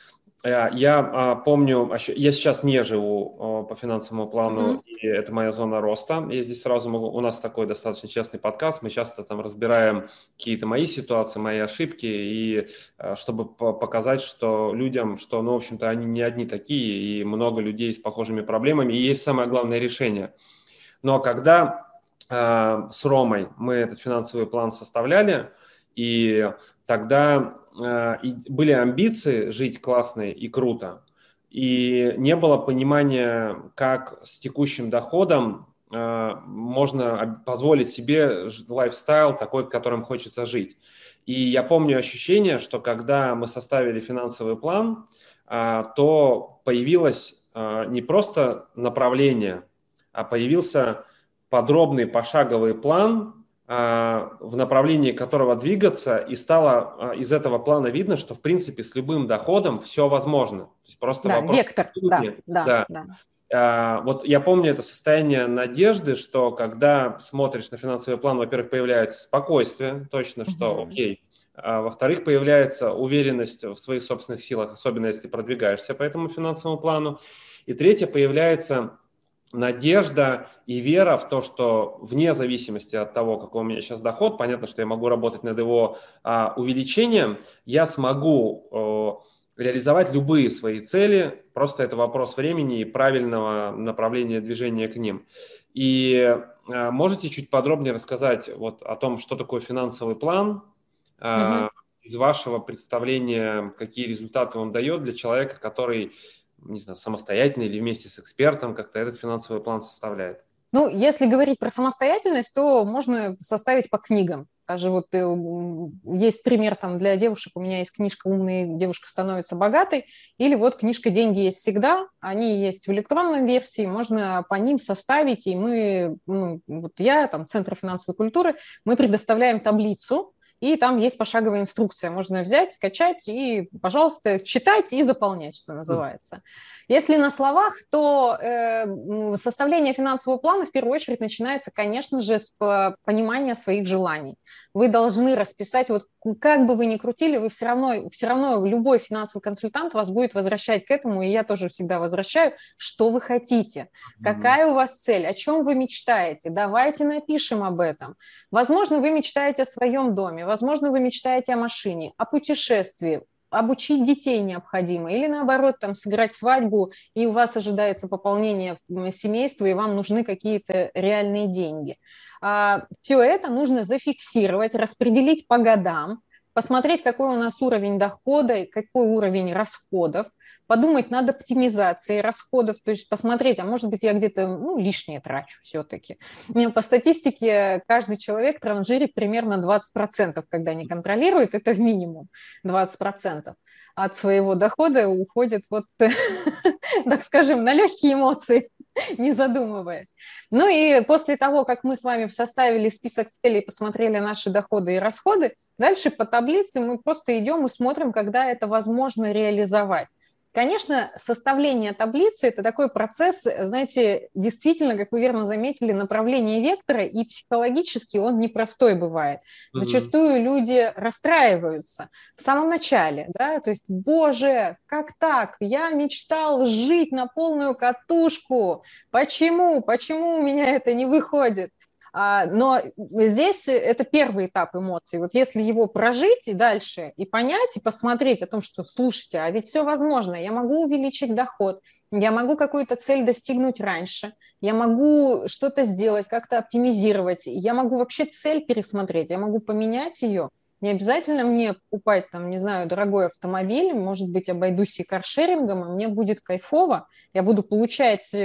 Я помню, я сейчас не живу по финансовому плану, и это моя зона роста. Я здесь сразу могу, у нас такой достаточно честный подкаст, мы часто там разбираем какие-то мои ситуации, мои ошибки, и чтобы показать, что людям, что, ну, в общем-то, они не одни такие, и много людей с похожими проблемами, и есть самое главное решение. Но когда с Ромой мы этот финансовый план составляли, и тогда были амбиции жить классно и круто, и не было понимания, как с текущим доходом можно позволить себе лайфстайл такой, которым хочется жить. И я помню ощущение, что когда мы составили финансовый план, то появилось не просто направление, а появился подробный пошаговый план, в направлении которого двигаться, и стало из этого плана видно, что в принципе с любым доходом все возможно. То есть просто вопрос... Вектор, да. Вот я помню это состояние надежды, что когда смотришь на финансовый план, во-первых, появляется спокойствие, точно, что окей, во-вторых, появляется уверенность в своих собственных силах, особенно если продвигаешься по этому финансовому плану, и третье, появляется надежда и вера в то, что вне зависимости от того, какой у меня сейчас доход, понятно, что я могу работать над его увеличением, я смогу реализовать любые свои цели, просто это вопрос времени и правильного направления движения к ним. И можете чуть подробнее рассказать вот о том, что такое финансовый план, из вашего представления, какие результаты он дает для человека, который, не знаю, самостоятельно или вместе с экспертом как-то этот финансовый план составляет? Ну, если говорить про самостоятельность, то можно составить по книгам. Даже вот есть пример там для девушек, у меня есть книжка «Умная девушка становится богатой», или вот книжка «Деньги есть всегда», они есть в электронной версии, можно по ним составить, и мы, вот я, там, Центр финансовой культуры, мы предоставляем таблицу, и там есть пошаговая инструкция. Можно взять, скачать и, пожалуйста, читать и заполнять, что называется. Если на словах, то составление финансового плана в первую очередь начинается, конечно же, с понимания своих желаний. Вы должны расписать, вот как бы вы ни крутили, вы все равно любой финансовый консультант вас будет возвращать к этому, и я тоже всегда возвращаю, что вы хотите, какая у вас цель, о чем вы мечтаете, давайте напишем об этом. Возможно, вы мечтаете о своем доме, возможно, вы мечтаете о машине, о путешествии, обучить детей необходимо, или наоборот, там, сыграть свадьбу, и у вас ожидается пополнение семейства, и вам нужны какие-то реальные деньги. Все это нужно зафиксировать, распределить по годам, посмотреть, какой у нас уровень дохода и какой уровень расходов, подумать над оптимизацией расходов, то есть посмотреть, а может быть, я где-то лишнее трачу все-таки. По статистике, каждый человек транжирит примерно 20%, когда не контролирует, это в минимум 20% от своего дохода уходит, вот, так скажем, на легкие эмоции, не задумываясь. Ну и после того, как мы с вами составили список целей, посмотрели наши доходы и расходы, дальше по таблице мы просто идем и смотрим, когда это возможно реализовать. Конечно, составление таблицы – это такой процесс, знаете, действительно, как вы верно заметили, направление вектора, и психологически он непростой бывает. Зачастую люди расстраиваются в самом начале, да, то есть, боже, как так? Я мечтал жить на полную катушку, почему у меня это не выходит? Но здесь это первый этап эмоций. Вот если его прожить и дальше, и понять, и посмотреть о том, что, слушайте, а ведь все возможно, я могу увеличить доход, я могу какую-то цель достигнуть раньше, я могу что-то сделать, как-то оптимизировать, я могу вообще цель пересмотреть, я могу поменять ее. Не обязательно мне покупать, там, не знаю, дорогой автомобиль, может быть, обойдусь и каршерингом, и мне будет кайфово, я буду получать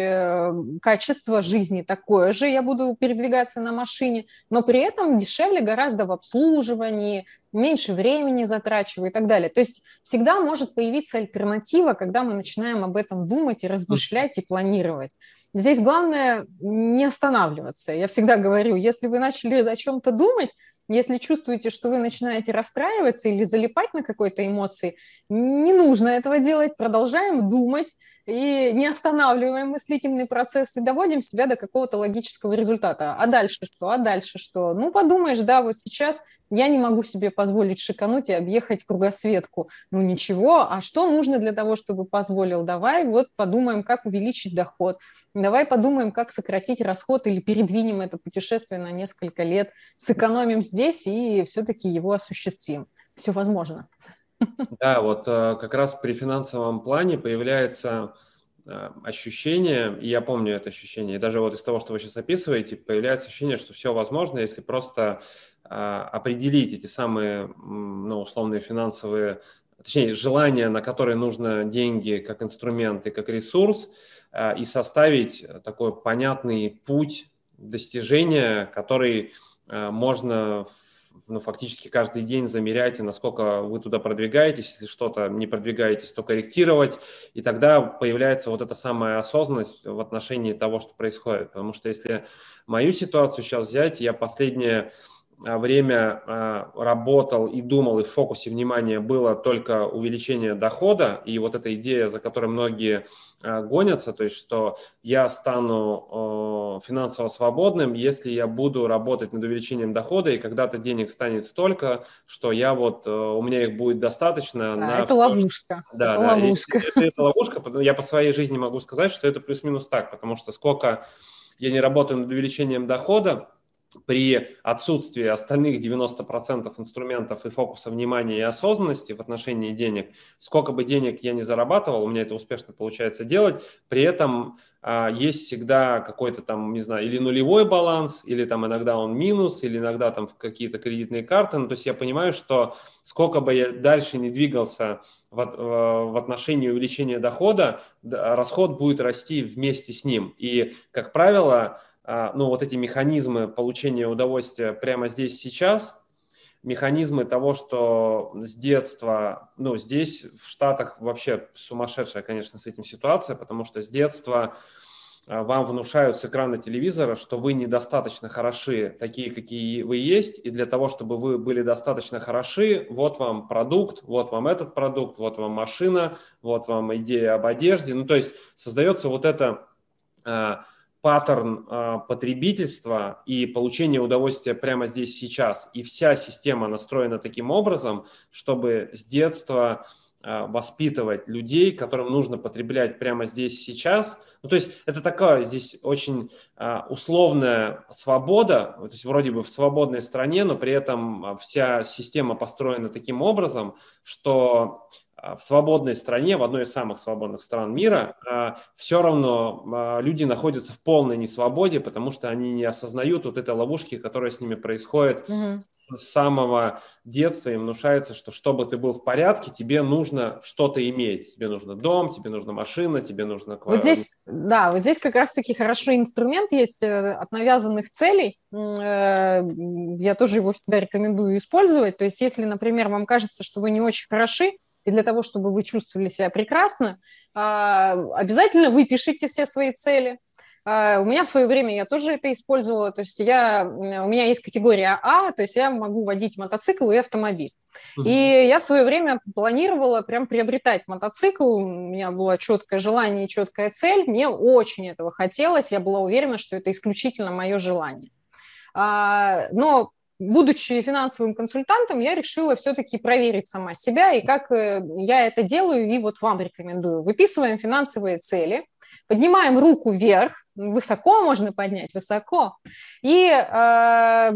качество жизни такое же, я буду передвигаться на машине, но при этом дешевле гораздо в обслуживании, меньше времени затрачиваю и так далее. То есть всегда может появиться альтернатива, когда мы начинаем об этом думать и размышлять и планировать. Здесь главное не останавливаться. Я всегда говорю, если вы начали о чем-то думать, если чувствуете, что вы начинаете расстраиваться или залипать на какой-то эмоции, не нужно этого делать, продолжаем думать и не останавливаем мыслительный процесс и доводим себя до какого-то логического результата. А дальше что? Ну, подумаешь, да, вот сейчас я не могу себе позволить шикануть и объехать кругосветку. Ну, ничего, а что нужно для того, чтобы позволил? Давай вот подумаем, как увеличить доход. Давай подумаем, как сократить расход или передвинем это путешествие на несколько лет, сэкономим здесь и все-таки его осуществим. Все возможно. Да, вот как раз при финансовом плане появляется ощущение, и я помню это ощущение, и даже вот из того, что вы сейчас описываете, появляется ощущение, что все возможно, если просто определить эти самые, условные финансовые, точнее, желания, на которые нужно деньги как инструмент и как ресурс, и составить такой понятный путь достижения, который можно фактически каждый день замерять, и насколько вы туда продвигаетесь, если что-то не продвигаетесь, то корректировать, и тогда появляется вот эта самая осознанность в отношении того, что происходит. Потому что если мою ситуацию сейчас взять, я последние время работал и думал, и в фокусе внимания было только увеличение дохода, и вот эта идея, за которой многие гонятся, то есть что я стану финансово свободным, если я буду работать над увеличением дохода, и когда-то денег станет столько, что я у меня их будет достаточно. Да, это ловушка. Да, это да, ловушка. это ловушка. Я по своей жизни могу сказать, что это плюс-минус так, потому что сколько я не работаю над увеличением дохода, при отсутствии остальных 90% инструментов и фокуса внимания и осознанности в отношении денег, сколько бы денег я ни зарабатывал, у меня это успешно получается делать, при этом есть всегда какой-то там, не знаю, или нулевой баланс, или там иногда он минус, или иногда там какие-то кредитные карты. Ну, то есть я понимаю, что сколько бы я дальше не двигался в отношении увеличения дохода, расход будет расти вместе с ним. И, как правило, вот эти механизмы получения удовольствия прямо здесь, сейчас, механизмы того, что с детства, здесь в Штатах вообще сумасшедшая, конечно, с этим ситуация, потому что с детства вам внушают с экрана телевизора, что вы недостаточно хороши, такие, какие вы есть, и для того, чтобы вы были достаточно хороши, вот вам продукт, вот вам этот продукт, вот вам машина, вот вам идея об одежде. То есть создается вот это паттерн потребительства и получения удовольствия прямо здесь сейчас. И вся система настроена таким образом, чтобы с детства воспитывать людей, которым нужно потреблять прямо здесь сейчас. То есть это такая здесь очень условная свобода, то есть вроде бы в свободной стране, но при этом вся система построена таким образом, что в свободной стране, в одной из самых свободных стран мира, все равно люди находятся в полной несвободе, потому что они не осознают вот этой ловушки, которая с ними происходит с самого детства. Им внушается, что чтобы ты был в порядке, тебе нужно что-то иметь. Тебе нужно дом, тебе нужна машина, тебе нужно... Вот здесь как раз-таки хороший инструмент есть от навязанных целей. Я тоже его всегда рекомендую использовать. То есть если, например, вам кажется, что вы не очень хороши, и для того, чтобы вы чувствовали себя прекрасно, обязательно выпишите все свои цели. У меня в свое время я тоже это использовала. То есть у меня есть категория А, то есть я могу водить мотоцикл и автомобиль. И я в свое время планировала прям приобретать мотоцикл. У меня было четкое желание и четкая цель. Мне очень этого хотелось. Я была уверена, что это исключительно мое желание. Но будучи финансовым консультантом, я решила все-таки проверить сама себя, и как я это делаю, и вот вам рекомендую. Выписываем финансовые цели, поднимаем руку вверх, высоко можно поднять, высоко, и на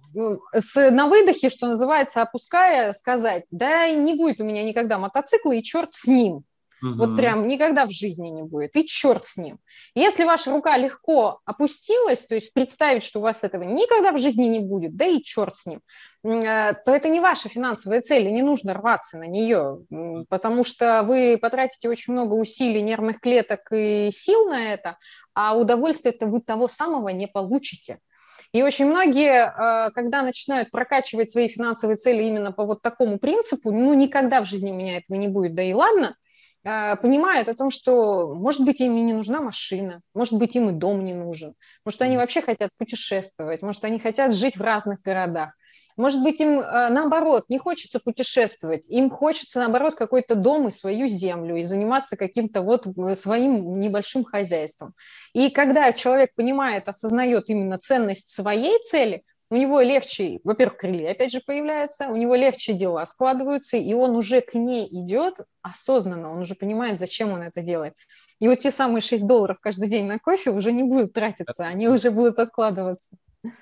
выдохе, что называется, опуская, сказать: да не будет у меня никогда мотоцикла, и черт с ним. Вот прям никогда в жизни не будет, и черт с ним. Если ваша рука легко опустилась, то есть представить, что у вас этого никогда в жизни не будет, да и черт с ним, то это не ваша финансовая цель, и не нужно рваться на нее, потому что вы потратите очень много усилий, нервных клеток и сил на это, а удовольствие-то вы того самого не получите. И очень многие, когда начинают прокачивать свои финансовые цели именно по вот такому принципу, никогда в жизни у меня этого не будет, да и ладно, понимают о том, что, может быть, им и не нужна машина, может быть, им и дом не нужен, может, они вообще хотят путешествовать, может, они хотят жить в разных городах, может быть, им, наоборот, не хочется путешествовать, им хочется, наоборот, какой-то дом и свою землю, и заниматься каким-то вот своим небольшим хозяйством. И когда человек понимает, осознает именно ценность своей цели, у него легче, во-первых, крылья опять же появляются, у него легче дела складываются, и он уже к ней идет осознанно, он уже понимает, зачем он это делает. И вот те самые $6 каждый день на кофе уже не будут тратиться, они уже будут откладываться.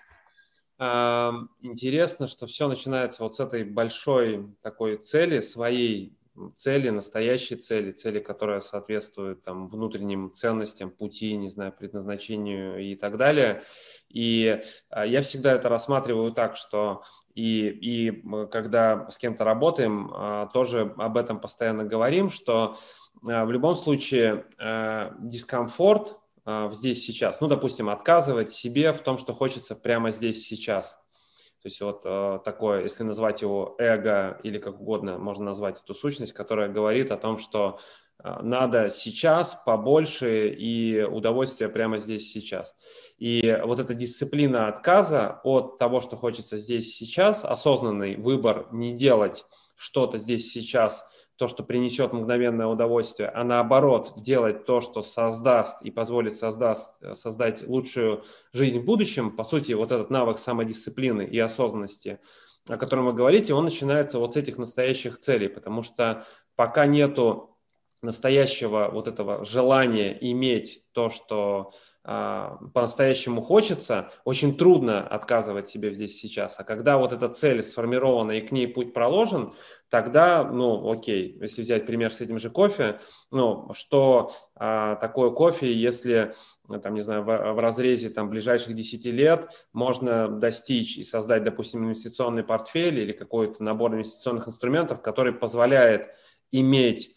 Интересно, что все начинается вот с этой большой такой цели, своей цели, настоящей цели, которая соответствует там внутренним ценностям, пути, не знаю, предназначению и так далее. И я всегда это рассматриваю так, что и когда с кем-то работаем, тоже об этом постоянно говорим, что в любом случае дискомфорт здесь сейчас, допустим, отказывать себе в том, что хочется прямо здесь сейчас. То есть вот такое, если назвать его эго или как угодно, можно назвать эту сущность, которая говорит о том, что надо сейчас побольше и удовольствия прямо здесь сейчас. И вот эта дисциплина отказа от того, что хочется здесь сейчас, осознанный выбор не делать что-то здесь сейчас, то, что принесет мгновенное удовольствие, а наоборот делать то, что создаст и позволит создать лучшую жизнь в будущем. По сути, вот этот навык самодисциплины и осознанности, о котором вы говорите, он начинается вот с этих настоящих целей, потому что пока нету настоящего вот этого желания иметь то, что по-настоящему хочется, очень трудно отказывать себе здесь сейчас. А когда вот эта цель сформирована и к ней путь проложен, тогда, ну, окей, если взять пример с этим же кофе, ну, что такое кофе, если, там, не знаю, в разрезе там ближайших 10 лет можно достичь и создать, допустим, инвестиционный портфель или какой-то набор инвестиционных инструментов, который позволяет иметь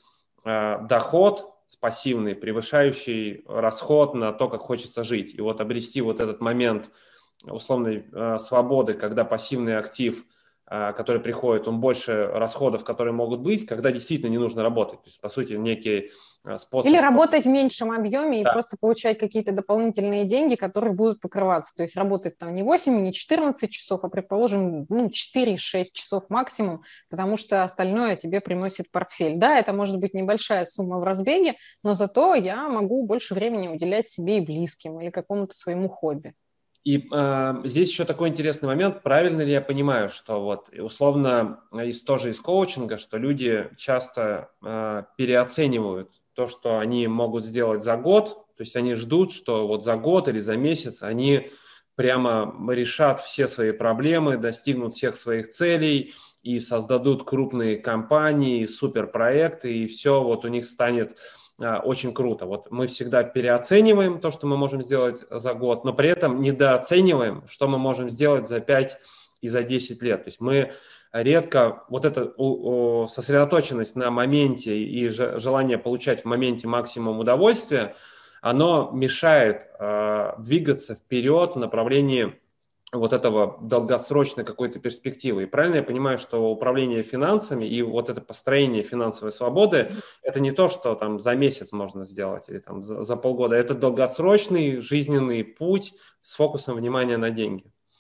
доход пассивный, превышающий расход на то, как хочется жить. И вот обрести вот этот момент условной свободы, когда пассивный актив, который приходит, он больше расходов, которые могут быть, когда действительно не нужно работать. То есть, по сути, некий способ... Или работать в меньшем объеме и просто получать какие-то дополнительные деньги, которые будут покрываться. То есть работать там не 8, не 14 часов, а, предположим, 4-6 часов максимум, потому что остальное тебе приносит портфель. Да, это может быть небольшая сумма в разбеге, но зато я могу больше времени уделять себе и близким или какому-то своему хобби. И здесь еще такой интересный момент, правильно ли я понимаю, что вот условно тоже из коучинга, что люди часто переоценивают то, что они могут сделать за год, то есть они ждут, что вот за год или за месяц они прямо решат все свои проблемы, достигнут всех своих целей и создадут крупные компании, суперпроекты, и все вот у них станет... очень круто. Вот мы всегда переоцениваем то, что мы можем сделать за год, но при этом недооцениваем, что мы можем сделать за 5 и за 10 лет. То есть мы редко, вот эта сосредоточенность на моменте и желание получать в моменте максимум удовольствия, оно мешает двигаться вперед в направлении вот этого долгосрочной какой-то перспективы. И правильно я понимаю, что управление финансами и вот это построение финансовой свободы – это не то, что там за месяц можно сделать или там за полгода. Это долгосрочный жизненный путь с фокусом внимания на деньги.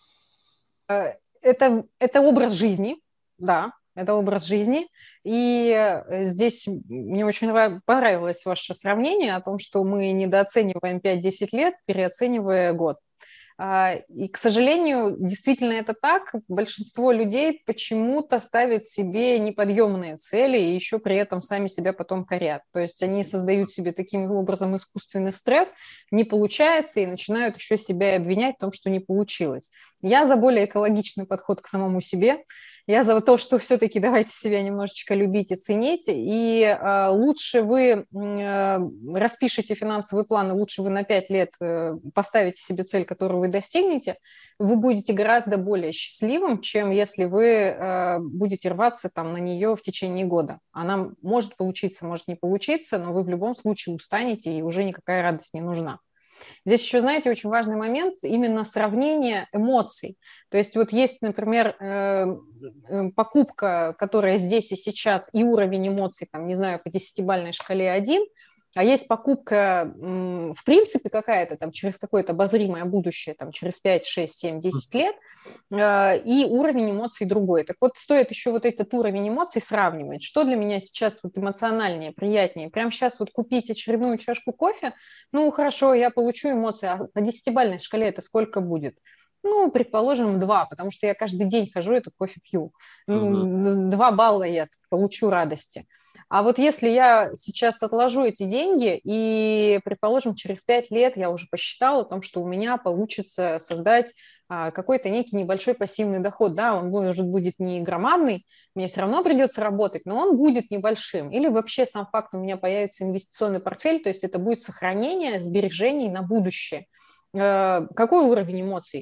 Это образ жизни, да, это образ жизни. И здесь мне очень понравилось ваше сравнение о том, что мы недооцениваем 5-10 лет, переоценивая год. И, к сожалению, действительно это так. Большинство людей почему-то ставят себе неподъемные цели и еще при этом сами себя потом корят. То есть они создают себе таким образом искусственный стресс, не получается, и начинают еще себя обвинять в том, что не получилось. Я за более экологичный подход к самому себе. Я за то, что все-таки давайте себя немножечко любить и ценить, и лучше вы распишите финансовый план, и лучше вы на 5 лет поставите себе цель, которую вы достигнете, вы будете гораздо более счастливым, чем если вы будете рваться там на нее в течение года. Она может получиться, может не получиться, но вы в любом случае устанете, и уже никакая радость не нужна. Здесь еще, знаете, очень важный момент именно сравнение эмоций. То есть вот есть, например, покупка, которая здесь и сейчас, и уровень эмоций, там, не знаю, по 10-бальной шкале 1, а есть покупка, в принципе, какая-то там через какое-то обозримое будущее, там, через 5, 6, 7, 10 лет, и уровень эмоций другой. Так вот, стоит еще вот этот уровень эмоций сравнивать. Что для меня сейчас вот эмоциональнее, приятнее? Прямо сейчас вот купить очередную чашку кофе, ну, хорошо, я получу эмоции, а по 10-бальной шкале это сколько будет? Ну, предположим, 2, потому что я каждый день хожу, этот кофе пью. 2 балла я получу радости. А вот если я сейчас отложу эти деньги и, предположим, через 5 лет я уже посчитала о том, что у меня получится создать какой-то некий небольшой пассивный доход, да, он может будет не громадный, мне все равно придется работать, но он будет небольшим. Или вообще сам факт, у меня появится инвестиционный портфель, то есть это будет сохранение сбережений на будущее. Какой уровень эмоций?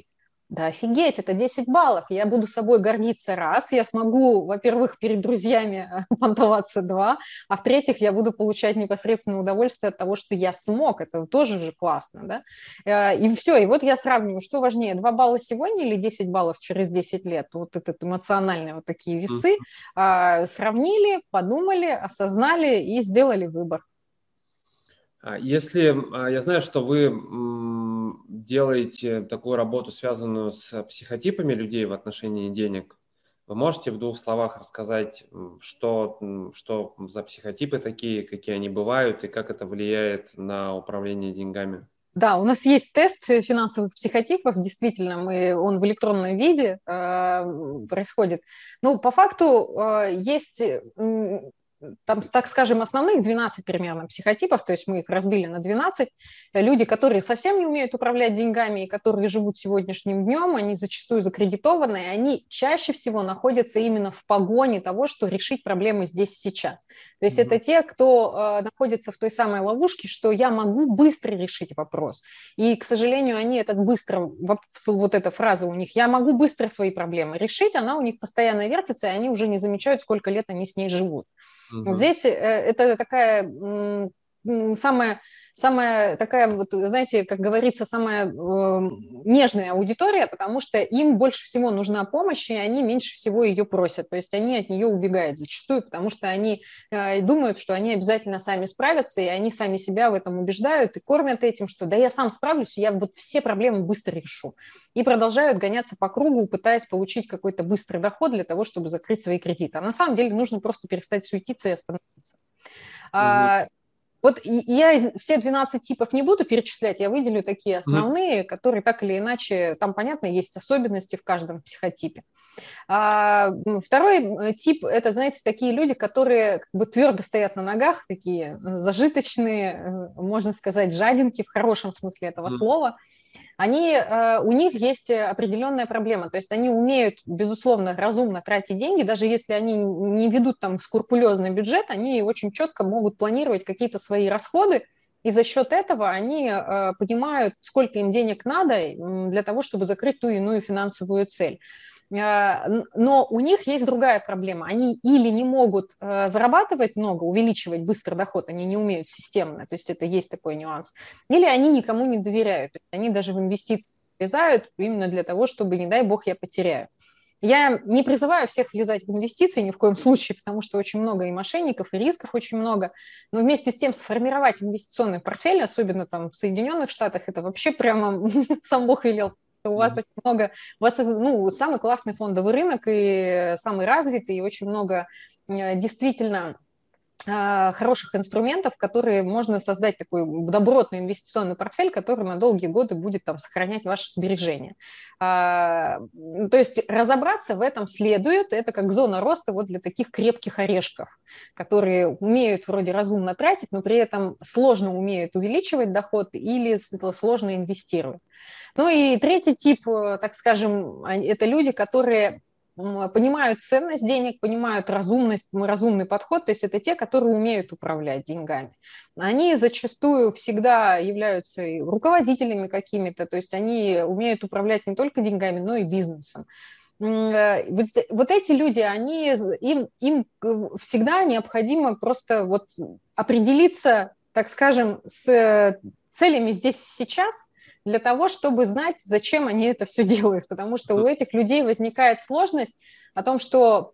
Да офигеть, это 10 баллов. Я буду собой гордиться раз. Я смогу, во-первых, перед друзьями понтоваться два, а в-третьих, я буду получать непосредственное удовольствие от того, что я смог. Это тоже же классно, да? И все. И вот я сравниваю, что важнее, 2 балла сегодня или 10 баллов через 10 лет? Вот этот эмоциональные вот такие весы. Сравнили, подумали, осознали и сделали выбор. Если я знаю, что вы делаете такую работу, связанную с психотипами людей в отношении денег, вы можете в 2 словах рассказать, что за психотипы такие, какие они бывают и как это влияет на управление деньгами? Да, у нас есть тест финансовых психотипов, действительно, он в электронном виде происходит. Ну, по факту есть там, так скажем, основных 12 примерно психотипов, то есть мы их разбили на 12. Люди, которые совсем не умеют управлять деньгами и которые живут сегодняшним днем, они зачастую закредитованы, и они чаще всего находятся именно в погоне того, что решить проблемы здесь и сейчас. То есть это те, кто находится в той самой ловушке, что я могу быстро решить вопрос. И, к сожалению, они этот быстро, вот эта фраза у них, я могу быстро свои проблемы решить, она у них постоянно вертится, и они уже не замечают, сколько лет они с ней живут. Здесь это такая самая такая, вот, знаете, как говорится, самая нежная аудитория, потому что им больше всего нужна помощь, и они меньше всего ее просят. То есть они от нее убегают зачастую, потому что они думают, что они обязательно сами справятся, и они сами себя в этом убеждают и кормят этим, что да я сам справлюсь, я вот все проблемы быстро решу. И продолжают гоняться по кругу, пытаясь получить какой-то быстрый доход для того, чтобы закрыть свои кредиты. А на самом деле нужно просто перестать суетиться и остановиться. Вот я все 12 типов не буду перечислять, я выделю такие основные, которые так или иначе, там, понятно, есть особенности в каждом психотипе. Второй тип – это, знаете, такие люди, которые как бы твердо стоят на ногах, такие зажиточные, можно сказать, жадинки в хорошем смысле этого слова. У них есть определенная проблема, то есть они умеют, безусловно, разумно тратить деньги, даже если они не ведут там скрупулезный бюджет, они очень четко могут планировать какие-то свои расходы, и за счет этого они понимают, сколько им денег надо для того, чтобы закрыть ту или иную финансовую цель. Но у них есть другая проблема. Они или не могут зарабатывать много, увеличивать быстро доход, они не умеют системно, то есть это есть такой нюанс, или они никому не доверяют, они даже в инвестиции влезают именно для того, чтобы, не дай бог, я потеряю. Я не призываю всех влезать в инвестиции ни в коем случае, потому что очень много и мошенников, и рисков очень много, но вместе с тем сформировать инвестиционный портфель, особенно там в Соединенных Штатах, это вообще прямо сам Бог велел. У вас очень много, у вас самый классный фондовый рынок и самый развитый, и очень много действительно хороших инструментов, которые можно создать такой добротный инвестиционный портфель, который на долгие годы будет там сохранять ваши сбережения. То есть разобраться в этом следует, это как зона роста вот для таких крепких орешков, которые умеют вроде разумно тратить, но при этом сложно умеют увеличивать доход или сложно инвестировать. Ну и третий тип, так скажем, это люди, которые понимают ценность денег, понимают разумный подход, то есть это те, которые умеют управлять деньгами. Они зачастую всегда являются руководителями какими-то, то есть они умеют управлять не только деньгами, но и бизнесом. Вот эти люди, им всегда необходимо просто вот определиться, так скажем, с целями здесь и сейчас, для того, чтобы знать, зачем они это все делают. Потому что у этих людей возникает сложность о том, что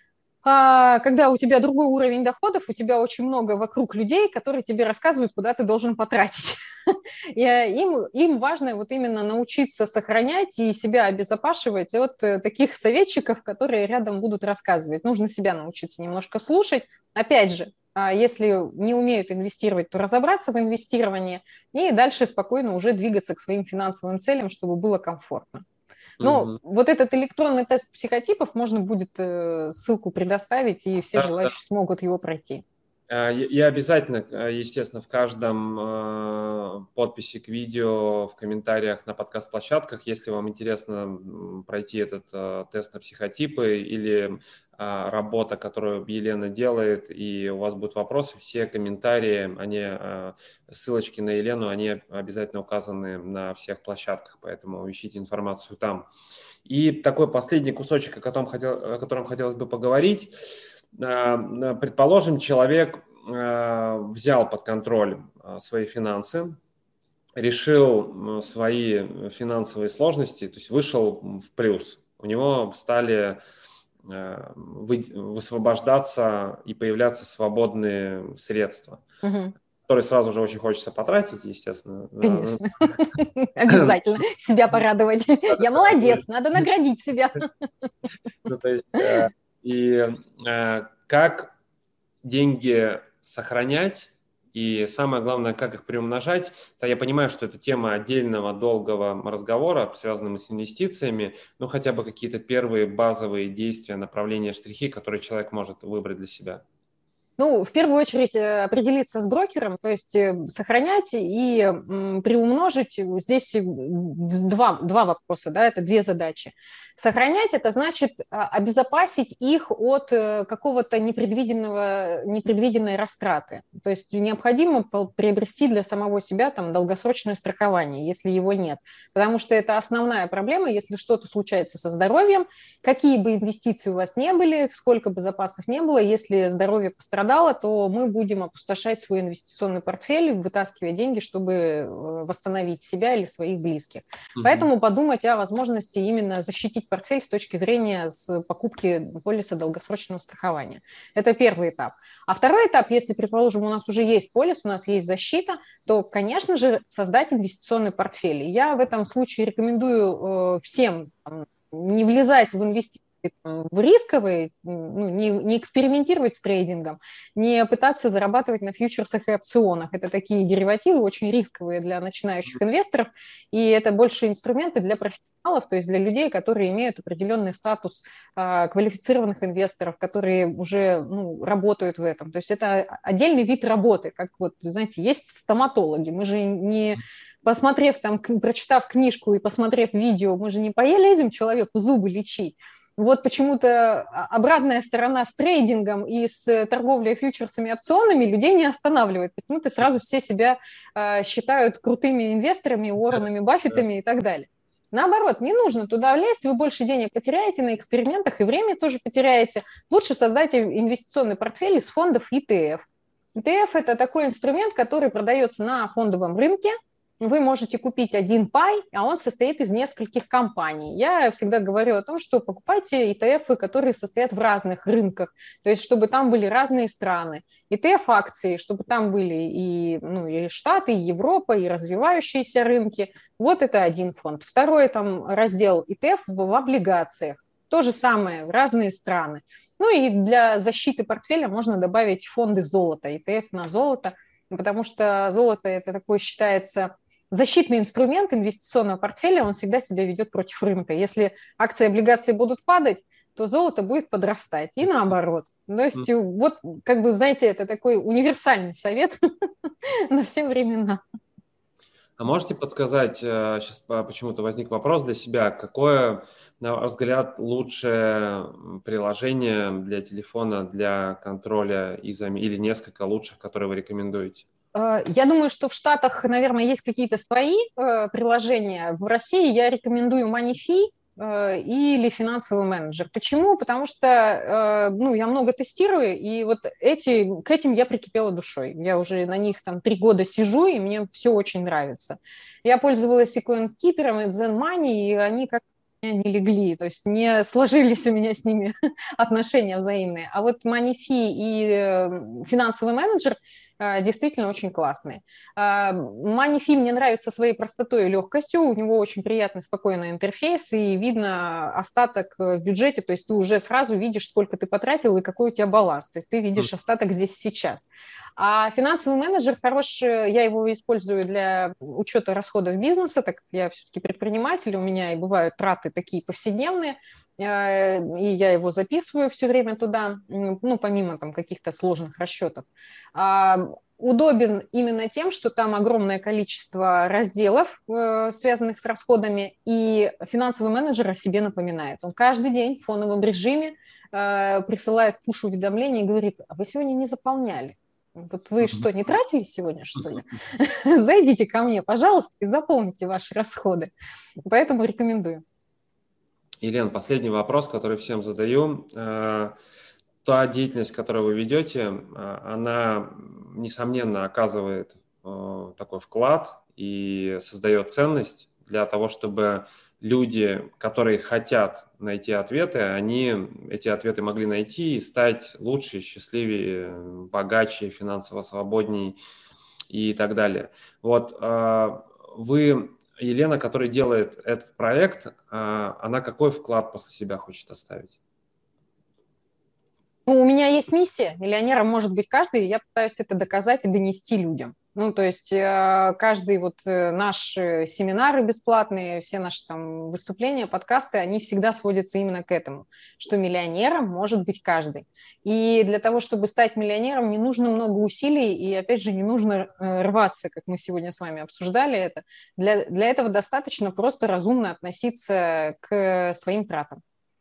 когда у тебя другой уровень доходов, у тебя очень много вокруг людей, которые тебе рассказывают, куда ты должен потратить. И им важно вот именно научиться сохранять и себя обезопашивать от таких советчиков, которые рядом будут рассказывать. Нужно себя научиться немножко слушать. Опять же, если не умеют инвестировать, то разобраться в инвестировании и дальше спокойно уже двигаться к своим финансовым целям, чтобы было комфортно. Но вот этот электронный тест психотипов можно будет ссылку предоставить, и все желающие смогут его пройти. Я обязательно, естественно, в каждом подписи к видео, в комментариях на подкаст-площадках, если вам интересно пройти этот тест на психотипы или работа, которую Елена делает, и у вас будут вопросы, все комментарии, ссылочки на Елену, они обязательно указаны на всех площадках, поэтому ищите информацию там. И такой последний кусочек, о котором хотелось бы поговорить. Предположим, человек взял под контроль свои финансы, решил свои финансовые сложности, то есть вышел в плюс. У него стали высвобождаться и появляться свободные средства, которые сразу же очень хочется потратить, естественно. Конечно. Обязательно себя порадовать. Я молодец, надо наградить себя. И как деньги сохранять, и самое главное, как их приумножать, то я понимаю, что это тема отдельного долгого разговора, связанного с инвестициями, но хотя бы какие-то первые базовые действия, направления, штрихи, которые человек может выбрать для себя. Ну, в первую очередь определиться с брокером, то есть сохранять и приумножить. Здесь два вопроса, да, это две задачи. Сохранять – это значит обезопасить их от какого-то непредвиденной растраты. То есть необходимо приобрести для самого себя там долгосрочное страхование, если его нет. Потому что это основная проблема, если что-то случается со здоровьем, какие бы инвестиции у вас не были, сколько бы запасов не было, если здоровье пострадало, то мы будем опустошать свой инвестиционный портфель, вытаскивая деньги, чтобы восстановить себя или своих близких. Поэтому подумать о возможности именно защитить портфель с точки зрения покупки полиса долгосрочного страхования. Это первый этап. А второй этап, если, предположим, у нас уже есть полис, у нас есть защита, то, конечно же, создать инвестиционный портфель. Я в этом случае рекомендую всем не влезать в инвестиции в рисковые, не экспериментировать с трейдингом, не пытаться зарабатывать на фьючерсах и опционах. Это такие деривативы очень рисковые для начинающих инвесторов, и это больше инструменты для профессионалов, то есть для людей, которые имеют определенный статус квалифицированных инвесторов, которые уже работают в этом. То есть это отдельный вид работы, как вот, знаете, есть стоматологи. Мы же не посмотрев там, прочитав книжку и посмотрев видео, мы же не полезем человеку зубы лечить. Вот почему-то обратная сторона с трейдингом и с торговлей фьючерсами и опционами людей не останавливает. Почему-то сразу все себя считают крутыми инвесторами, Уорренами Баффетами и так далее. Наоборот, не нужно туда влезть, вы больше денег потеряете на экспериментах и время тоже потеряете. Лучше создайте инвестиционный портфель из фондов ETF. ETF – это такой инструмент, который продается на фондовом рынке. Вы можете купить один пай, а он состоит из нескольких компаний. Я всегда говорю о том, что покупайте ETF, которые состоят в разных рынках, то есть чтобы там были разные страны. ETF-акции, чтобы там были и Штаты, и Европа, и развивающиеся рынки. Вот это один фонд. Второй там раздел ETF в облигациях. То же самое, разные страны. Ну и для защиты портфеля можно добавить фонды золота, ETF на золото, потому что золото – это такой, считается, защитный инструмент инвестиционного портфеля, он всегда себя ведет против рынка. Если акции и облигации будут падать, то золото будет подрастать, и наоборот. То есть, вот, как бы, знаете, это такой универсальный совет на все времена. А можете подсказать, сейчас почему-то возник вопрос для себя, какое, на ваш взгляд, лучшее приложение для телефона для контроля или несколько лучших, которые вы рекомендуете? Я думаю, что в Штатах, наверное, есть какие-то свои приложения. В России я рекомендую Moneyfy или финансовый менеджер. Почему? Потому что я много тестирую, и вот к этим я прикипела душой. Я уже на них там 3 года сижу, и мне все очень нравится. Я пользовалась и CoinKeeper, и ZenMoney, и они как не легли, то есть не сложились у меня с ними отношения взаимные. А вот Moneyfy и финансовый менеджер действительно очень классные. Moneyfy мне нравится своей простотой и легкостью, у него очень приятный, спокойный интерфейс, и видно остаток в бюджете, то есть ты уже сразу видишь, сколько ты потратил и какой у тебя баланс, то есть ты видишь остаток здесь сейчас. А финансовый менеджер хороший, я его использую для учета расходов бизнеса, так как я все-таки предприниматель, у меня и бывают траты такие повседневные, и я его записываю все время туда, ну, помимо там каких-то сложных расчетов. Удобен именно тем, что там огромное количество разделов, связанных с расходами, и финансовый менеджер о себе напоминает. Он каждый день в фоновом режиме присылает пуш-уведомления и говорит: а вы сегодня не заполняли. Вот вы что, не тратили сегодня, что ли? Зайдите ко мне, пожалуйста, и заполните ваши расходы. Поэтому рекомендую. Елена, последний вопрос, который всем задаю. Та деятельность, которую вы ведете, она, несомненно, оказывает такой вклад и создает ценность для того, чтобы люди, которые хотят найти ответы, они эти ответы могли найти и стать лучше, счастливее, богаче, финансово свободнее и так далее. Вот вы, Елена, которая делает этот проект, она какой вклад после себя хочет оставить? Ну, у меня есть миссия, миллионером может быть каждый, и я пытаюсь это доказать и донести людям. Ну, то есть каждый вот наши семинары бесплатные, все наши там выступления, подкасты, они всегда сводятся именно к этому, что миллионером может быть каждый. И для того, чтобы стать миллионером, не нужно много усилий, и, опять же, не нужно рваться, как мы сегодня с вами обсуждали это. Для этого достаточно просто разумно относиться к своим тратам.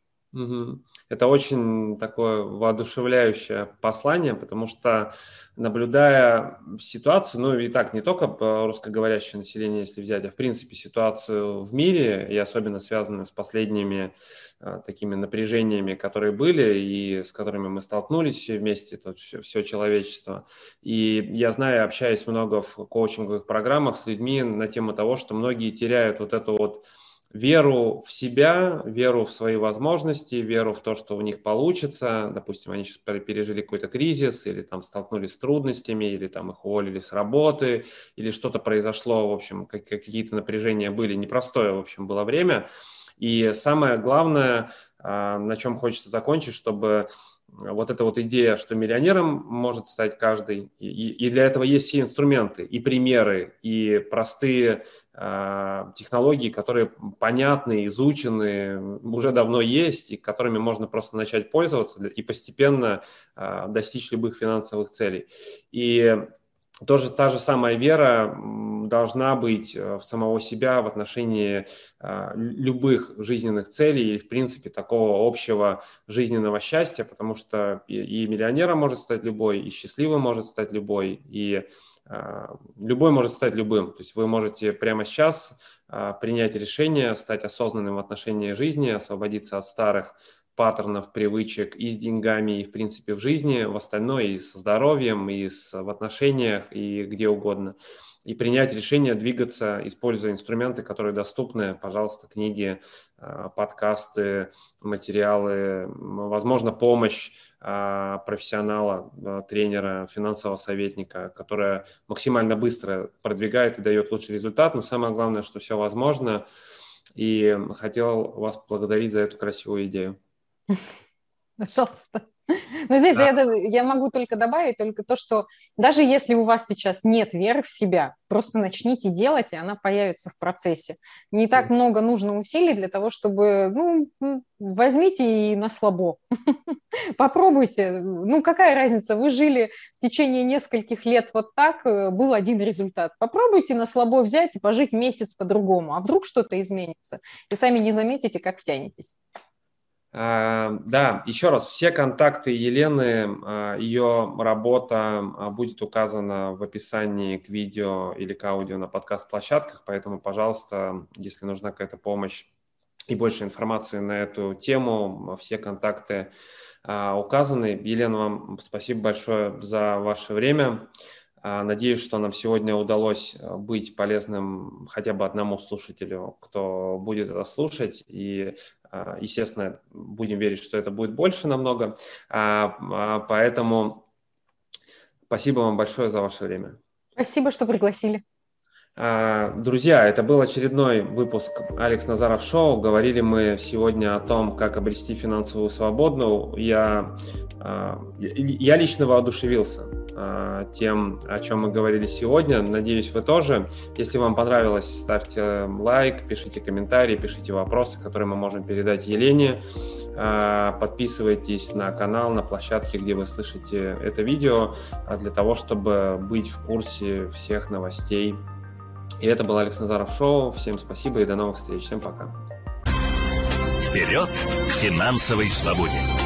Это очень такое воодушевляющее послание, потому что, наблюдая ситуацию, ну и так не только русскоговорящее население, если взять, а в принципе ситуацию в мире, и особенно связанную с последними такими напряжениями, которые были и с которыми мы столкнулись все вместе, тут все человечество. И я знаю, общаясь много в коучинговых программах с людьми на тему того, что многие теряют вот эту вот веру в себя, веру в свои возможности, веру в то, что у них получится. Допустим, они сейчас пережили какой-то кризис, или там столкнулись с трудностями, или там их уволили с работы, или что-то произошло, в общем, какие-то напряжения были. Непростое, в общем, было время. И самое главное, на чем хочется закончить, чтобы вот эта вот идея, что миллионером может стать каждый, и для этого есть все инструменты, и примеры, и простые технологии, которые понятны, изучены, уже давно есть, и которыми можно просто начать пользоваться и постепенно достичь любых финансовых целей. И тоже та же самая вера должна быть в самого себя в отношении любых жизненных целей и, в принципе, такого общего жизненного счастья, потому что и миллионером может стать любой, и счастливым может стать любой, и любой может стать любым. То есть вы можете прямо сейчас принять решение, стать осознанным в отношении жизни, освободиться от старых паттернов, привычек и с деньгами, и, в принципе, в жизни, в остальное, и со здоровьем, и в отношениях, и где угодно. И принять решение двигаться, используя инструменты, которые доступны. Пожалуйста, книги, подкасты, материалы, возможно, помощь профессионала, тренера, финансового советника, которая максимально быстро продвигает и дает лучший результат. Но самое главное, что все возможно. И хотел вас благодарить за эту красивую идею. Пожалуйста. Но здесь я могу только добавить только то, что даже если у вас сейчас нет веры в себя, просто начните делать, и она появится в процессе. Не так много нужно усилий для того, чтобы, возьмите и на слабо. Попробуйте. Ну, какая разница? Вы жили в течение нескольких лет вот так, был один результат. Попробуйте на слабо взять и пожить месяц по-другому. А вдруг что-то изменится? И сами не заметите, как втянетесь. Да, еще раз, все контакты Елены, ее работа будет указана в описании к видео или к аудио на подкаст-площадках, поэтому, пожалуйста, если нужна какая-то помощь и больше информации на эту тему, все контакты указаны. Елена, вам спасибо большое за ваше время. Надеюсь, что нам сегодня удалось быть полезным хотя бы одному слушателю, кто будет это слушать. И, естественно, будем верить, что это будет больше намного. Поэтому спасибо вам большое за ваше время. Спасибо, что пригласили. Друзья, это был очередной выпуск Алекс Назаров Шоу. Говорили мы сегодня о том, как обрести финансовую свободу. Я лично воодушевился тем, о чем мы говорили сегодня. Надеюсь, вы тоже. Если вам понравилось, ставьте лайк, пишите комментарии, пишите вопросы, которые мы можем передать Елене. Подписывайтесь на канал, на площадке, где вы слышите это видео, для того, чтобы быть в курсе всех новостей. И это был Алекс Назаров Шоу. Всем спасибо и до новых встреч. Всем пока. Вперед к финансовой свободе!